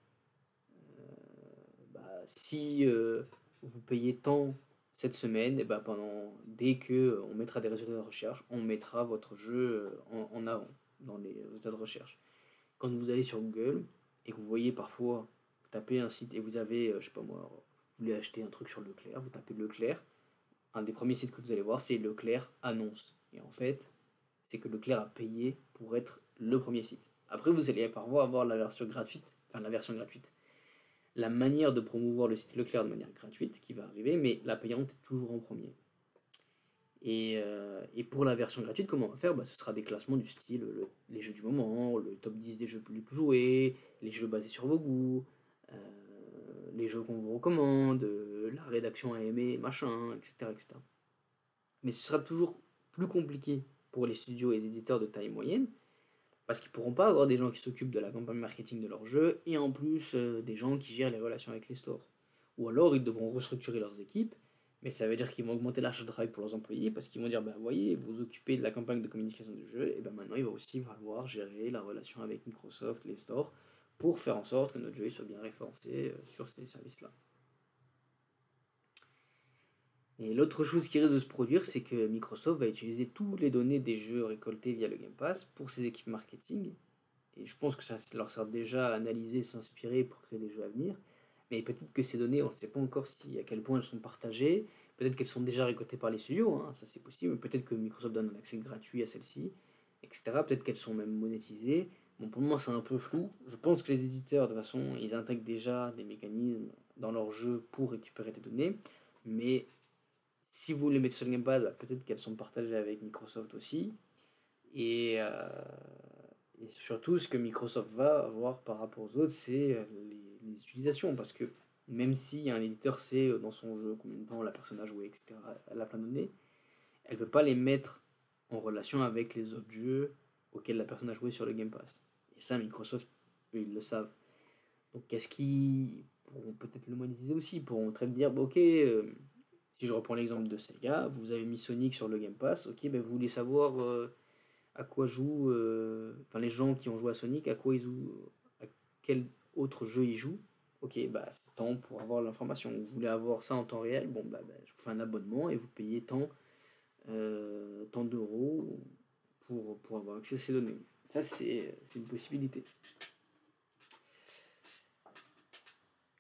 si vous payez tant cette semaine, et bah dès que on mettra des résultats de recherche, on mettra votre jeu en avant dans les résultats de recherche. Quand vous allez sur Google et que vous voyez parfois, vous tapez un site et vous avez, je sais pas moi, vous voulez acheter un truc sur Leclerc, vous tapez Leclerc, un des premiers sites que vous allez voir, c'est Leclerc annonce. Et en fait, c'est que Leclerc a payé pour être le premier site. Après, vous allez parfois avoir la version gratuite, la manière de promouvoir le site Leclerc de manière gratuite qui va arriver, mais la payante est toujours en premier. Et pour la version gratuite, comment on va faire? Ce sera des classements du style les jeux du moment, le top 10 des jeux les plus joués, les jeux basés sur vos goûts, euh, les jeux qu'on vous recommande, la rédaction a aimé, machin, etc., etc. Mais ce sera toujours plus compliqué pour les studios et les éditeurs de taille moyenne, parce qu'ils ne pourront pas avoir des gens qui s'occupent de la campagne marketing de leur jeu, et en plus des gens qui gèrent les relations avec les stores. Ou alors ils devront restructurer leurs équipes, mais ça veut dire qu'ils vont augmenter la charge de travail pour leurs employés, parce qu'ils vont dire, bah voyez, vous vous occupez de la campagne de communication du jeu, et ben maintenant il va aussi falloir gérer la relation avec Microsoft, les stores, pour faire en sorte que notre jeu soit bien référencé sur ces services-là. Et l'autre chose qui risque de se produire, c'est que Microsoft va utiliser toutes les données des jeux récoltés via le Game Pass pour ses équipes marketing. Et je pense que ça leur sert déjà à analyser, s'inspirer pour créer des jeux à venir. Mais peut-être que ces données, on ne sait pas encore à quel point elles sont partagées. Peut-être qu'elles sont déjà récoltées par les studios, hein, ça c'est possible. Peut-être que Microsoft donne un accès gratuit à celles-ci, etc. Peut-être qu'elles sont même monétisées. Bon, pour moi, c'est un peu flou. Je pense que les éditeurs, de toute façon, ils intègrent déjà des mécanismes dans leur jeu pour récupérer des données. Mais si vous les mettez sur le Game Pass, peut-être qu'elles sont partagées avec Microsoft aussi. Et, euh, et surtout, ce que Microsoft va avoir par rapport aux autres, c'est les utilisations. Parce que même si un éditeur sait dans son jeu combien de temps la personne a joué, etc., elle a plein de données, elle ne peut pas les mettre en relation avec les autres jeux auxquels la personne a joué sur le Game Pass. Et ça, Microsoft, eux, ils le savent. Donc, qu'est-ce qu'ils pourront peut-être le monétiser aussi? Ils pourront très bien dire, bah, ok, si je reprends l'exemple de Sega, vous avez mis Sonic sur le Game Pass, ok, ben vous voulez savoir à quoi jouent les gens qui ont joué à Sonic, à quoi ils jouent, à quel autre jeu ils jouent. Ok, bah c'est tant pour avoir l'information. Vous voulez avoir ça en temps réel, bon bah, je vous fais un abonnement et vous payez tant d'euros pour avoir accès à ces données. Ça c'est une possibilité.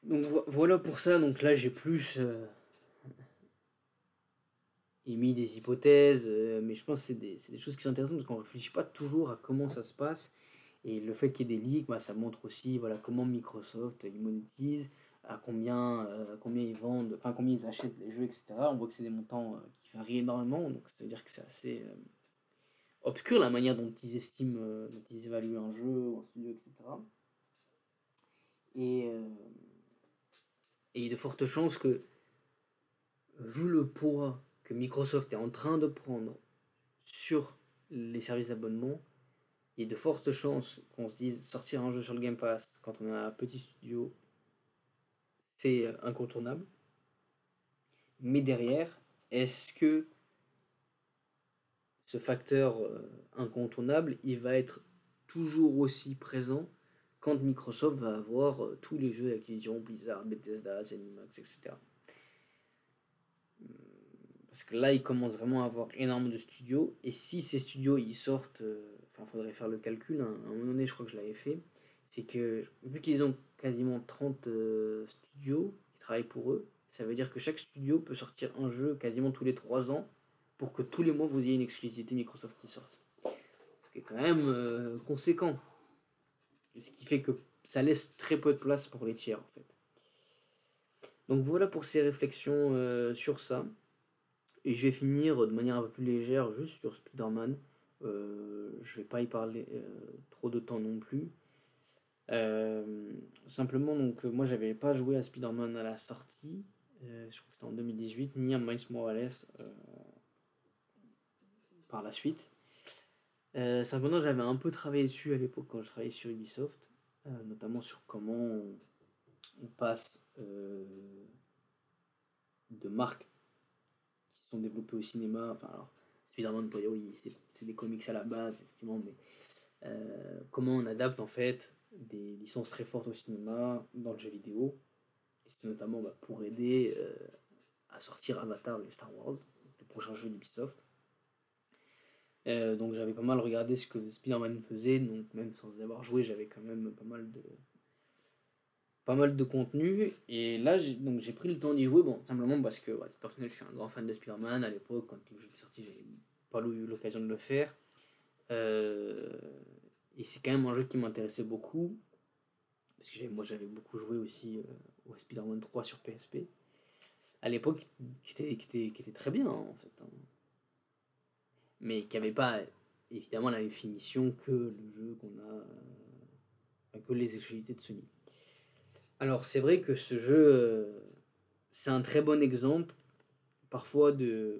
Donc voilà pour ça, donc là j'ai plus émis des hypothèses, mais je pense que c'est des choses qui sont intéressantes parce qu'on réfléchit pas toujours à comment ça se passe. Et le fait qu'il y ait des leaks, bah, ça montre aussi voilà, comment Microsoft ils monétisent, à combien ils vendent, enfin combien ils achètent les jeux, etc. On voit que c'est des montants qui varient énormément, donc ça veut dire que c'est assez obscur la manière dont ils estiment, dont ils évaluent un jeu ou un studio, etc. Et, euh, et il y a de fortes chances que, vu le poids que Microsoft est en train de prendre sur les services d'abonnement, il y a de fortes chances qu'on se dise sortir un jeu sur le Game Pass quand on a un petit studio, c'est incontournable. Mais derrière, est-ce que ce facteur incontournable, il va être toujours aussi présent quand Microsoft va avoir tous les jeux d'Activision, Blizzard, Bethesda, ZeniMax, etc. Parce que là, ils commencent vraiment à avoir énormément de studios. Et si ces studios, ils sortent... Enfin, il faudrait faire le calcul. Hein, à un moment donné, je crois que je l'avais fait. C'est que, vu qu'ils ont quasiment 30 studios qui travaillent pour eux, ça veut dire que chaque studio peut sortir un jeu quasiment tous les 3 ans pour que tous les mois, vous ayez une exclusivité Microsoft qui sorte. Ce qui est quand même conséquent. Et ce qui fait que ça laisse très peu de place pour les tiers, en fait. Donc voilà pour ces réflexions sur ça. Et je vais finir de manière un peu plus légère juste sur Spider-Man. Je vais pas y parler trop de temps non plus. Simplement, donc, moi j'avais pas joué à Spider-Man à la sortie. Je crois que c'était en 2018, ni à Miles Morales par la suite. Simplement, j'avais un peu travaillé dessus à l'époque quand je travaillais sur Ubisoft, notamment sur comment on passe de marques qui sont développées au cinéma. Enfin, alors, Spider-Man, pour dire oui, c'est des comics à la base, effectivement, mais comment on adapte en fait des licences très fortes au cinéma dans le jeu vidéo. Et c'est notamment pour aider à sortir Avatar et Star Wars, le prochain jeu d'Ubisoft. Donc j'avais pas mal regardé ce que Spider-Man faisait, donc même sans y avoir joué, j'avais quand même pas mal de contenu. Et là, j'ai pris le temps d'y jouer, bon, simplement parce que, ouais, personnel, je suis un grand fan de Spider-Man. À l'époque, quand le jeu est sorti, j'avais pas eu l'occasion de le faire. Euh, et c'est quand même un jeu qui m'intéressait beaucoup, parce que moi j'avais beaucoup joué aussi au Spider-Man 3 sur PSP, à l'époque, qui était très bien hein, en fait, hein, mais qui n'avait pas évidemment la même finition que le jeu qu'on a, que les exclusivités de Sony. Alors c'est vrai que ce jeu, c'est un très bon exemple parfois de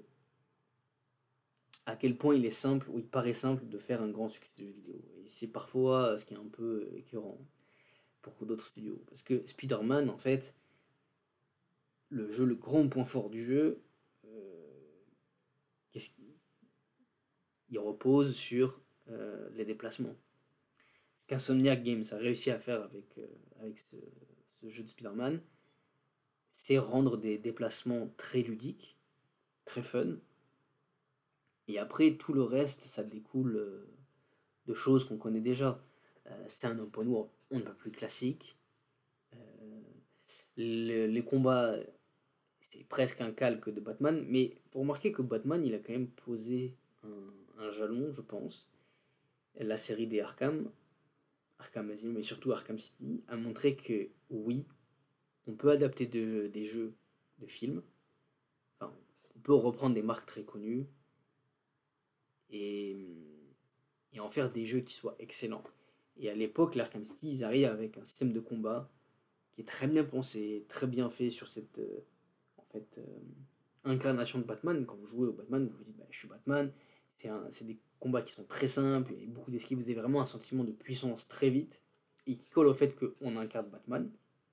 à quel point il est simple, ou il paraît simple de faire un grand succès de jeu vidéo. Et c'est parfois ce qui est un peu écœurant pour d'autres studios. Parce que Spider-Man, en fait, le grand point fort du jeu, qu'est-ce il repose sur les déplacements. Ce qu'Insomniac Games a réussi à faire avec ce jeu de Spider-Man, c'est rendre des déplacements très ludiques, très fun. Et après, tout le reste, ça découle de choses qu'on connaît déjà. C'est un open world, on ne va plus classique. Euh, les combats, c'est presque un calque de Batman, mais il faut remarquer que Batman, il a quand même posé un jalon, je pense. La série des Arkham Asylum, mais surtout Arkham City, a montré que oui, on peut adapter des jeux de films, enfin, on peut reprendre des marques très connues et, et en faire des jeux qui soient excellents. Et à l'époque, l'Arkham City, ils arrivent avec un système de combat qui est très bien pensé, très bien fait sur cette en fait, incarnation de Batman. Quand vous jouez au Batman, vous vous dites bah, je suis Batman. C'est des combats qui sont très simples et beaucoup d'esquives. Vous avez vraiment un sentiment de puissance très vite et qui colle au fait qu'on incarne Batman.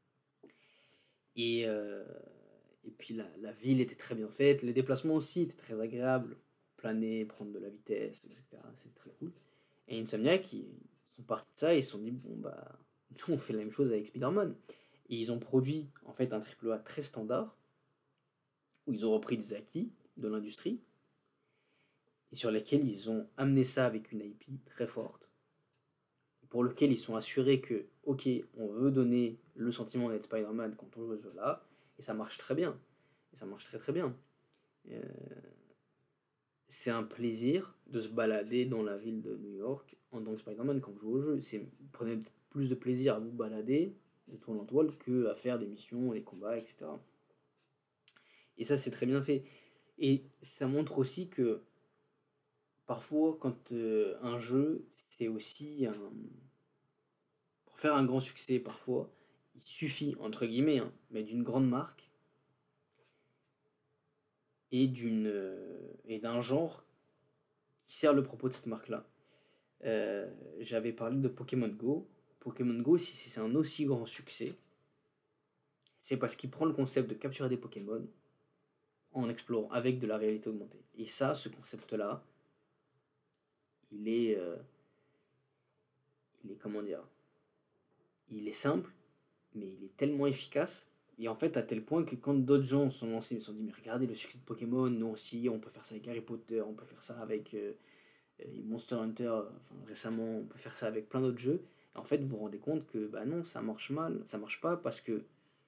Et, euh, et puis la ville était très bien faite, les déplacements aussi étaient très agréables, planer, prendre de la vitesse, etc. C'était très cool. Et Insomniac, ils sont partis de ça et ils se sont dit, bon bah, nous on fait la même chose avec Spider-Man. Et ils ont produit en fait un triple A très standard, où ils ont repris des acquis de l'industrie, et sur lesquels ils ont amené ça avec une IP très forte, pour lequel ils sont assurés que, ok, on veut donner le sentiment d'être Spider-Man quand on joue à ce jeu-là, et ça marche très bien. Et ça marche très très bien. Euh, c'est un plaisir de se balader dans la ville de New York en tant que Spider-Man quand vous jouez au jeu. Vous prenez peut-être plus de plaisir à vous balader de toile en toile que à faire des missions, des combats, etc. Et ça, c'est très bien fait. Et ça montre aussi que parfois, quand un jeu, c'est aussi un... Pour faire un grand succès, parfois, il suffit, entre guillemets, hein, mais d'une grande marque et d'un genre qui sert le propos de cette marque-là. J'avais parlé de Pokémon Go. Pokémon Go, si c'est un aussi grand succès, c'est parce qu'il prend le concept de capturer des Pokémon en explorant avec de la réalité augmentée. Et ça, ce concept-là, il est, euh, il est comment dire, il est simple, mais il est tellement efficace. Et en fait, à tel point que quand d'autres gens sont lancés, ils se sont dit, mais regardez le succès de Pokémon, nous aussi, on peut faire ça avec Harry Potter, on peut faire ça avec Monster Hunter, enfin, récemment, on peut faire ça avec plein d'autres jeux. Et en fait, vous vous rendez compte que bah non, ça marche mal, ça marche pas parce que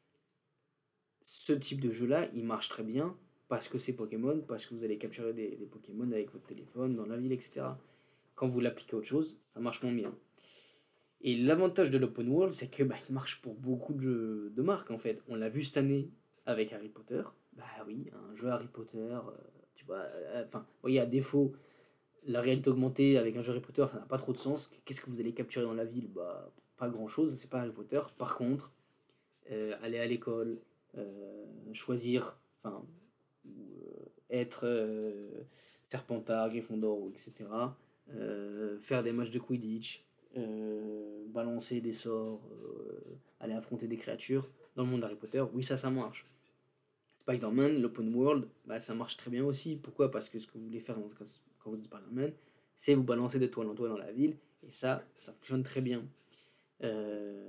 ce type de jeu-là, il marche très bien parce que c'est Pokémon, parce que vous allez capturer des Pokémon avec votre téléphone, dans la ville, etc. Quand vous l'appliquez à autre chose, ça marche moins bien. Et l'avantage de l'open world, c'est que bah, il marche pour beaucoup de marques en fait. On l'a vu cette année avec Harry Potter. Bah oui, un jeu Harry Potter, tu vois, enfin, vous voyez, à défaut, la réalité augmentée avec un jeu Harry Potter, ça n'a pas trop de sens. Qu'est-ce que vous allez capturer dans la ville? Bah, pas grand-chose, c'est pas Harry Potter. Par contre, aller à l'école, choisir, enfin, être Serpentard, Gryffondor, etc. Faire des matchs de Quidditch, balancer des sorts, aller affronter des créatures dans le monde Harry Potter, oui, ça marche. Spider-Man, l'open world, bah, ça marche très bien aussi. Pourquoi? Parce que ce que vous voulez faire quand vous êtes Spider-Man, c'est vous balancer de toile en toile dans la ville, et ça fonctionne très bien. Euh,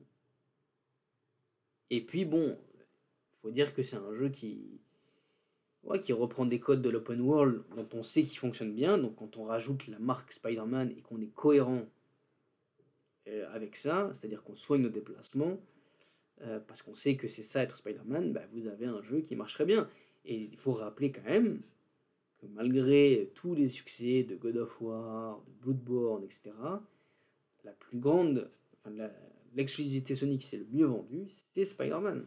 Et puis bon, faut dire que c'est un jeu ouais, qui reprend des codes de l'open world dont on sait qu'ils fonctionnent bien. Donc quand on rajoute la marque Spider-Man et qu'on est cohérent avec ça, c'est-à-dire qu'on soigne nos déplacements, parce qu'on sait que c'est ça être Spider-Man, bah, vous avez un jeu qui marcherait bien. Et il faut rappeler quand même que malgré tous les succès de God of War, de Bloodborne, etc., la plus grande, enfin l'exclusivité Sony qui s'est le mieux vendue, c'est Spider-Man.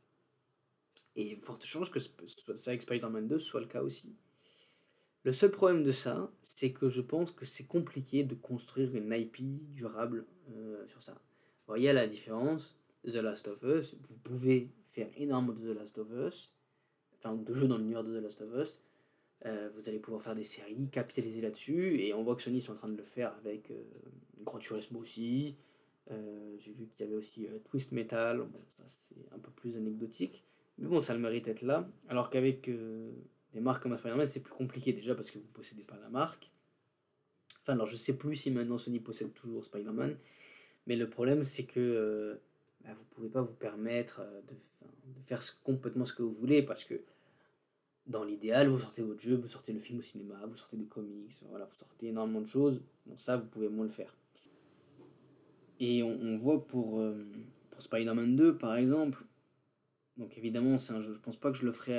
Et forte chance que ça avec Spider-Man 2 soit le cas aussi. Le seul problème de ça, c'est que je pense que c'est compliqué de construire une IP durable sur ça. Vous voyez la différence, The Last of Us, vous pouvez faire énormément de The Last of Us, enfin de jeux dans l'univers de The Last of Us, vous allez pouvoir faire des séries, capitaliser là-dessus, et on voit que Sony sont en train de le faire avec Gran Turismo aussi. J'ai vu qu'il y avait aussi Twist Metal, bon ça c'est un peu plus anecdotique, mais bon ça a le mérite d'être là, alors qu'avec des marques comme Spider-Man c'est plus compliqué déjà parce que vous possédez pas la marque. Enfin alors je sais plus si maintenant Sony possède toujours Spider-Man, mais le problème c'est que bah, vous pouvez pas vous permettre de faire complètement ce que vous voulez parce que dans l'idéal, vous sortez votre jeu, vous sortez le film au cinéma, vous sortez des comics, voilà, vous sortez énormément de choses. Bon, ça, vous pouvez moins le faire. Et on voit pour Spider-Man 2, par exemple, donc évidemment, c'est un jeu, je pense pas que je le ferai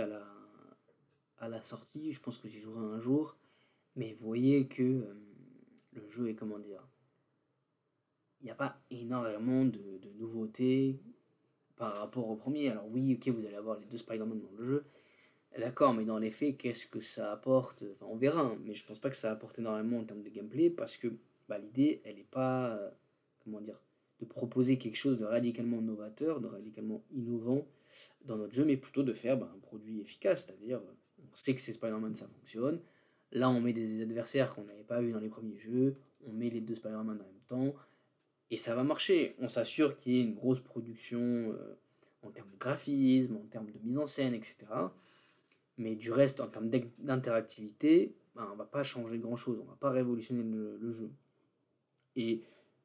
à la sortie, je pense que j'y jouerai un jour, mais vous voyez que le jeu est, comment dire, il n'y a pas énormément de nouveautés par rapport au premier. Alors oui, ok, vous allez avoir les deux Spider-Man dans le jeu, d'accord, mais dans les faits, qu'est-ce que ça apporte? Enfin, on verra, hein, mais je pense pas que ça apporte énormément en termes de gameplay parce que bah, l'idée, elle n'est pas, comment dire, de proposer quelque chose de radicalement novateur, de radicalement innovant dans notre jeu, mais plutôt de faire bah, un produit efficace, c'est-à-dire, on sait que c'est Spider-Man, ça fonctionne. Là, on met des adversaires qu'on n'avait pas eu dans les premiers jeux, on met les deux Spider-Man en même temps, et ça va marcher. On s'assure qu'il y ait une grosse production en termes de graphisme, en termes de mise en scène, etc. Mais du reste, en termes d'interactivité, ben, on va pas changer grand-chose, on va pas révolutionner le jeu. Et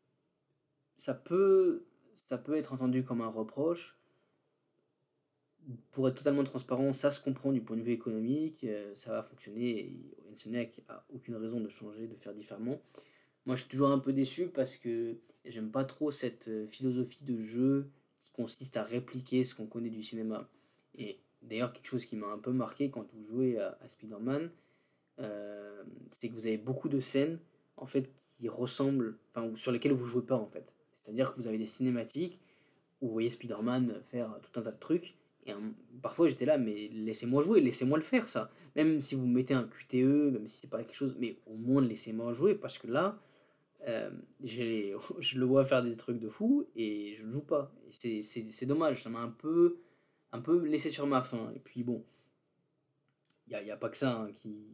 ça peut, ça peut être entendu comme un reproche. Pour être totalement transparent, ça se comprend du point de vue économique, ça va fonctionner et Insomniac a aucune raison de changer, de faire différemment. Moi, je suis toujours un peu déçu parce que j'aime pas trop cette, philosophie de jeu qui consiste à répliquer ce qu'on connaît du cinéma et d'ailleurs quelque chose qui m'a un peu marqué quand vous jouez à Spider-Man, c'est que vous avez beaucoup de scènes, en fait, qui ressemblent enfin, ou sur lesquelles vous jouez pas, en fait. C'est-à-dire que vous avez des cinématiques où vous voyez Spider-Man faire tout un tas de trucs et parfois j'étais là: «Mais laissez-moi jouer, laissez-moi le faire ça». Même si vous mettez un QTE, même si c'est pas quelque chose, mais au moins laissez-moi jouer parce que là, j'ai je le vois faire des trucs de fou et je ne joue pas et c'est dommage, ça m'a un peu laissé sur ma faim et puis bon, il y a pas que ça, hein,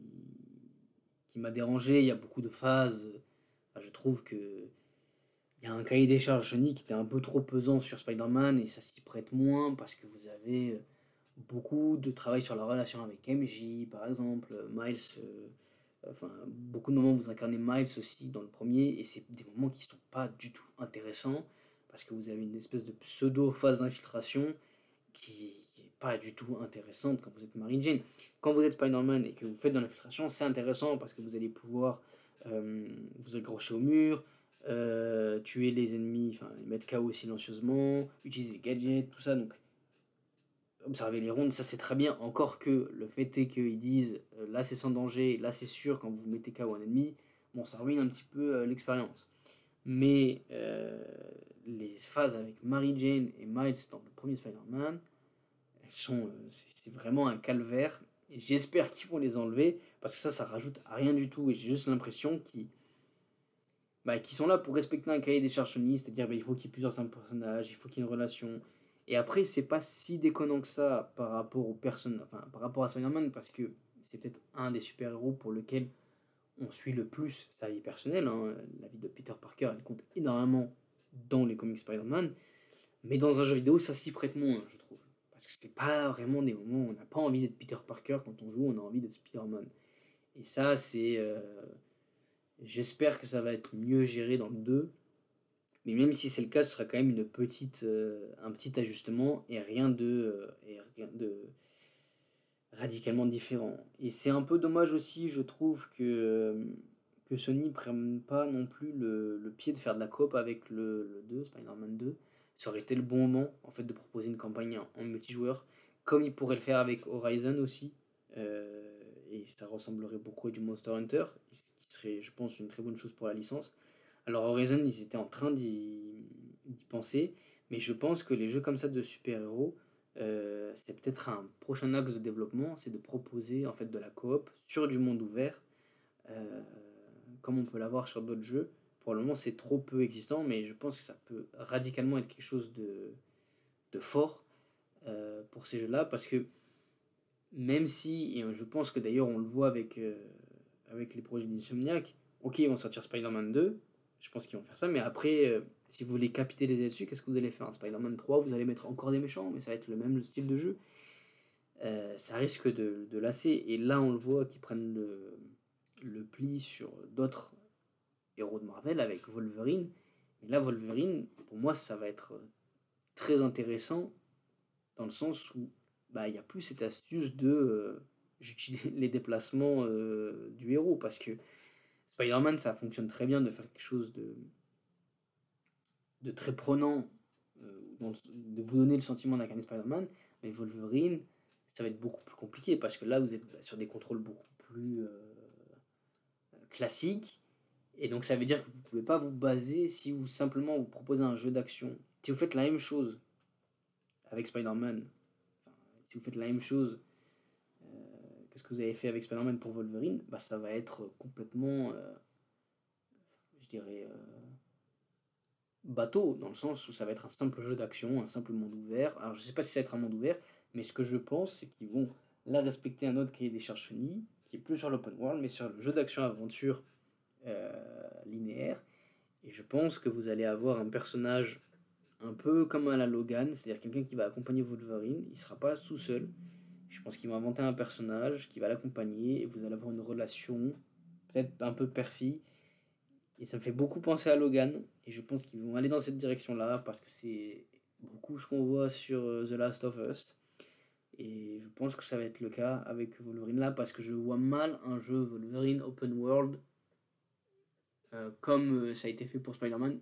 qui m'a dérangé, il y a beaucoup de phases, je trouve que il y a un cahier des charges Sony qui était un peu trop pesant sur Spider-Man et ça s'y prête moins parce que vous avez, beaucoup de travail sur la relation avec MJ, par exemple, Miles, enfin, beaucoup de moments où vous incarnez Miles aussi dans le premier et c'est des moments qui sont pas du tout intéressants parce que vous avez une espèce de pseudo phase d'infiltration qui est pas du tout intéressante quand vous êtes Mary Jane. Quand vous êtes Spider-Man et que vous faites de l'infiltration, c'est intéressant parce que vous allez pouvoir, vous accrocher au mur, tuer les ennemis, enfin les mettre KO silencieusement, utiliser des gadgets, tout ça donc observer les rondes, ça c'est très bien. Encore que le fait est qu'ils disent, là c'est sans danger, là c'est sûr quand vous mettez KO un ennemi, bon ça ruine un petit peu, l'expérience. Mais, les phases avec Mary Jane et Miles dans le premier Spider-Man, elles sont, c'est vraiment un calvaire et j'espère qu'ils vont les enlever parce que ça rajoute à rien du tout et j'ai juste l'impression qu'ils sont là pour respecter un cahier des charges Sony, c'est-à-dire, il faut qu'il y ait plusieurs personnages, il faut qu'il y ait une relation et après c'est pas si déconnant que ça par rapport aux personnes enfin, par rapport à Spider-Man parce que c'est peut-être un des super-héros pour lequel on suit le plus sa vie personnelle, hein. La vie de Peter Parker, elle compte énormément dans les comics Spider-Man, mais dans un jeu vidéo, ça s'y prête moins, je trouve. Parce que c'est pas vraiment des moments où on n'a pas envie d'être Peter Parker quand on joue, on a envie d'être Spider-Man. Et ça, j'espère que ça va être mieux géré dans le 2, mais même si c'est le cas, ce sera quand même un petit ajustement et rien de radicalement différent. Et c'est un peu dommage aussi, je trouve, que Sony prenne pas non plus le pied de faire de la coop avec le 2, Spider-Man 2. Ça aurait été le bon moment, en fait, de proposer une campagne en multijoueur, comme ils pourraient le faire avec Horizon aussi. Euh, et ça ressemblerait beaucoup à du Monster Hunter, ce qui serait, je pense, une très bonne chose pour la licence. Alors Horizon, ils étaient en train d'y penser, mais je pense que les jeux comme ça de super-héros, c'est peut-être un prochain axe de développement, c'est de proposer en fait de la coop sur du monde ouvert, euh, comme on peut l'avoir sur d'autres jeux. Pour le moment, c'est trop peu existant, mais je pense que ça peut radicalement être quelque chose de fort pour ces jeux-là, parce que même si, et je pense que d'ailleurs on le voit avec les projets d'Insomniac, ok, ils vont sortir Spider-Man 2, je pense qu'ils vont faire ça, mais après, si vous voulez capitaliser dessus, qu'est-ce que vous allez faire? Un Spider-Man 3, vous allez mettre encore des méchants, mais ça va être le même style de jeu. Ça risque de lasser, et là on le voit qu'ils prennent le pli sur d'autres héros de Marvel avec Wolverine, et là Wolverine, pour moi, ça va être très intéressant dans le sens où bah, il y a plus cette astuce de j'utilise les déplacements du héros parce que Spider-Man ça fonctionne très bien de faire quelque chose de très prenant, de vous donner le sentiment d'incarner Spider-Man, mais Wolverine ça va être beaucoup plus compliqué parce que là vous êtes sur des contrôles beaucoup plus classiques et donc ça veut dire que vous ne pouvez pas vous baser si vous simplement vous proposez un jeu d'action. Si vous faites la même chose avec Spider-Man, enfin, si vous faites la même chose que ce que vous avez fait avec Spider-Man pour Wolverine, bah, ça va être complètement, je dirais, bateau, dans le sens où ça va être un simple jeu d'action, un simple monde ouvert. Alors, je sais pas si ça va être un monde ouvert, mais ce que je pense, c'est qu'ils vont là respecter un autre cahier des charges Sony, qui est plus sur l'open world, mais sur le jeu d'action-aventure linéaire. Et je pense que vous allez avoir un personnage un peu comme à la Logan, c'est-à-dire quelqu'un qui va accompagner Wolverine, il sera pas tout seul. Je pense qu'ils vont inventer un personnage qui va l'accompagner et vous allez avoir une relation, peut-être un peu perfide. Et ça me fait beaucoup penser à Logan. Et je pense qu'ils vont aller dans cette direction-là parce que c'est beaucoup ce qu'on voit sur The Last of Us. Et je pense que ça va être le cas avec Wolverine là parce que je vois mal un jeu Wolverine open world comme ça a été fait pour Spider-Man,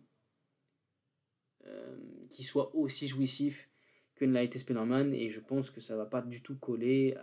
qui soit aussi jouissif que ne l'a été Spider-Man, et je pense que ça va pas du tout coller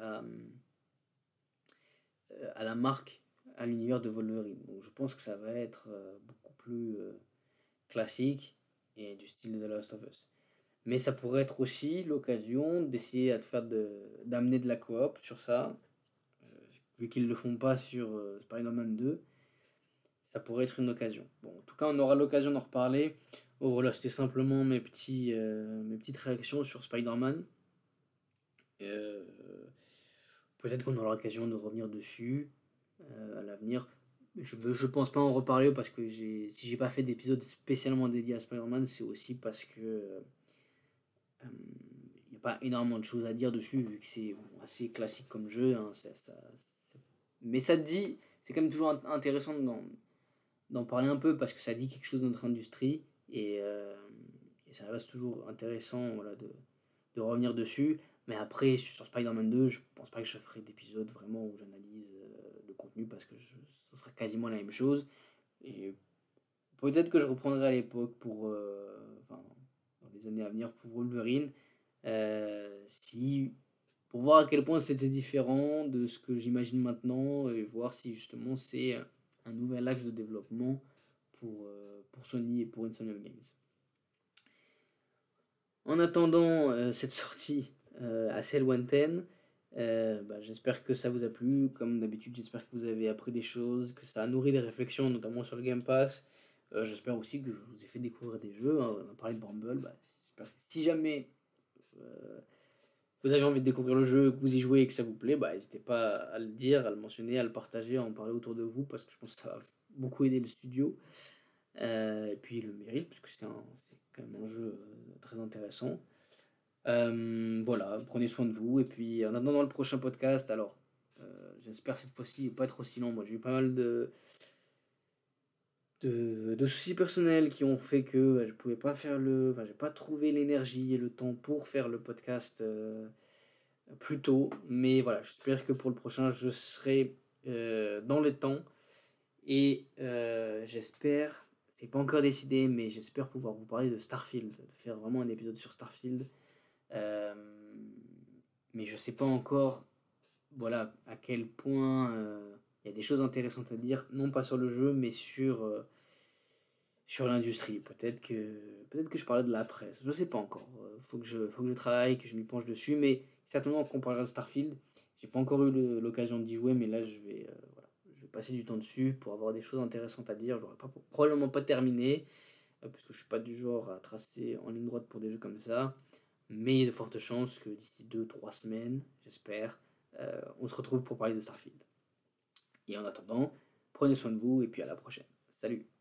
à la marque, à l'univers de Wolverine. Donc je pense que ça va être beaucoup plus classique et du style The Last of Us. Mais ça pourrait être aussi l'occasion d'essayer d'amener de la coop sur ça, vu qu'ils ne le font pas sur Spider-Man 2, ça pourrait être une occasion. Bon, en tout cas, on aura l'occasion d'en reparler. Oh voilà, c'était simplement mes petites réactions sur Spider-Man. Euh, Peut-être qu'on aura l'occasion de revenir dessus à l'avenir. Je pense pas en reparler parce que si j'ai pas fait d'épisode spécialement dédié à Spider-Man, c'est aussi parce que il n'y a pas énormément de choses à dire dessus, vu que c'est bon, assez classique comme jeu, hein, mais ça te dit, c'est quand même toujours intéressant d'en parler un peu parce que ça dit quelque chose de notre industrie et ça reste toujours intéressant voilà, de revenir dessus. Mais après, sur Spider-Man 2, je pense pas que je ferai d'épisode vraiment où j'analyse le contenu parce que ce sera quasiment la même chose. Et peut-être que je reprendrai à l'époque enfin, dans les années à venir pour Wolverine, si, pour voir à quel point c'était différent de ce que j'imagine maintenant et voir si justement c'est un nouvel axe de développement pour Sony et pour Insomniac Games. En attendant cette sortie assez lointaine, j'espère que ça vous a plu. Comme d'habitude, j'espère que vous avez appris des choses, que ça a nourri des réflexions, notamment sur le Game Pass. J'espère aussi que je vous ai fait découvrir des jeux, hein. On a parlé de Bramble. J'espère que si jamais euh, vous avez envie de découvrir le jeu, que vous y jouez et que ça vous plaît, n'hésitez pas à le dire, à le mentionner, à le partager, à en parler autour de vous, parce que je pense que ça va beaucoup aider le studio. Et puis il le mérite, parce que c'est quand même un jeu très intéressant. Voilà, prenez soin de vous. Et puis en attendant le prochain podcast, alors j'espère cette fois-ci pas être aussi long. Moi j'ai eu pas mal de soucis personnels qui ont fait que je pouvais pas enfin j'ai pas trouvé l'énergie et le temps pour faire le podcast plus tôt. Mais voilà, j'espère que pour le prochain je serai dans le temps. Et j'espère, c'est pas encore décidé, mais j'espère pouvoir vous parler de Starfield, de faire vraiment un épisode sur Starfield. Euh, mais je sais pas encore, voilà, à quel point il y a des choses intéressantes à dire, non pas sur le jeu, mais sur l'industrie. Peut-être que je parlais de la presse, je sais pas encore. Faut que je travaille, que je m'y penche dessus, mais certainement qu'on parlera de Starfield. J'ai pas encore eu l'occasion d'y jouer, mais là voilà, je vais passer du temps dessus pour avoir des choses intéressantes à dire. Je l'aurai probablement pas terminé, parce que je suis pas du genre à tracer en ligne droite pour des jeux comme ça. Mais il y a de fortes chances que d'ici 2 3 semaines, j'espère, on se retrouve pour parler de Starfield. Et en attendant, prenez soin de vous et puis à la prochaine. Salut!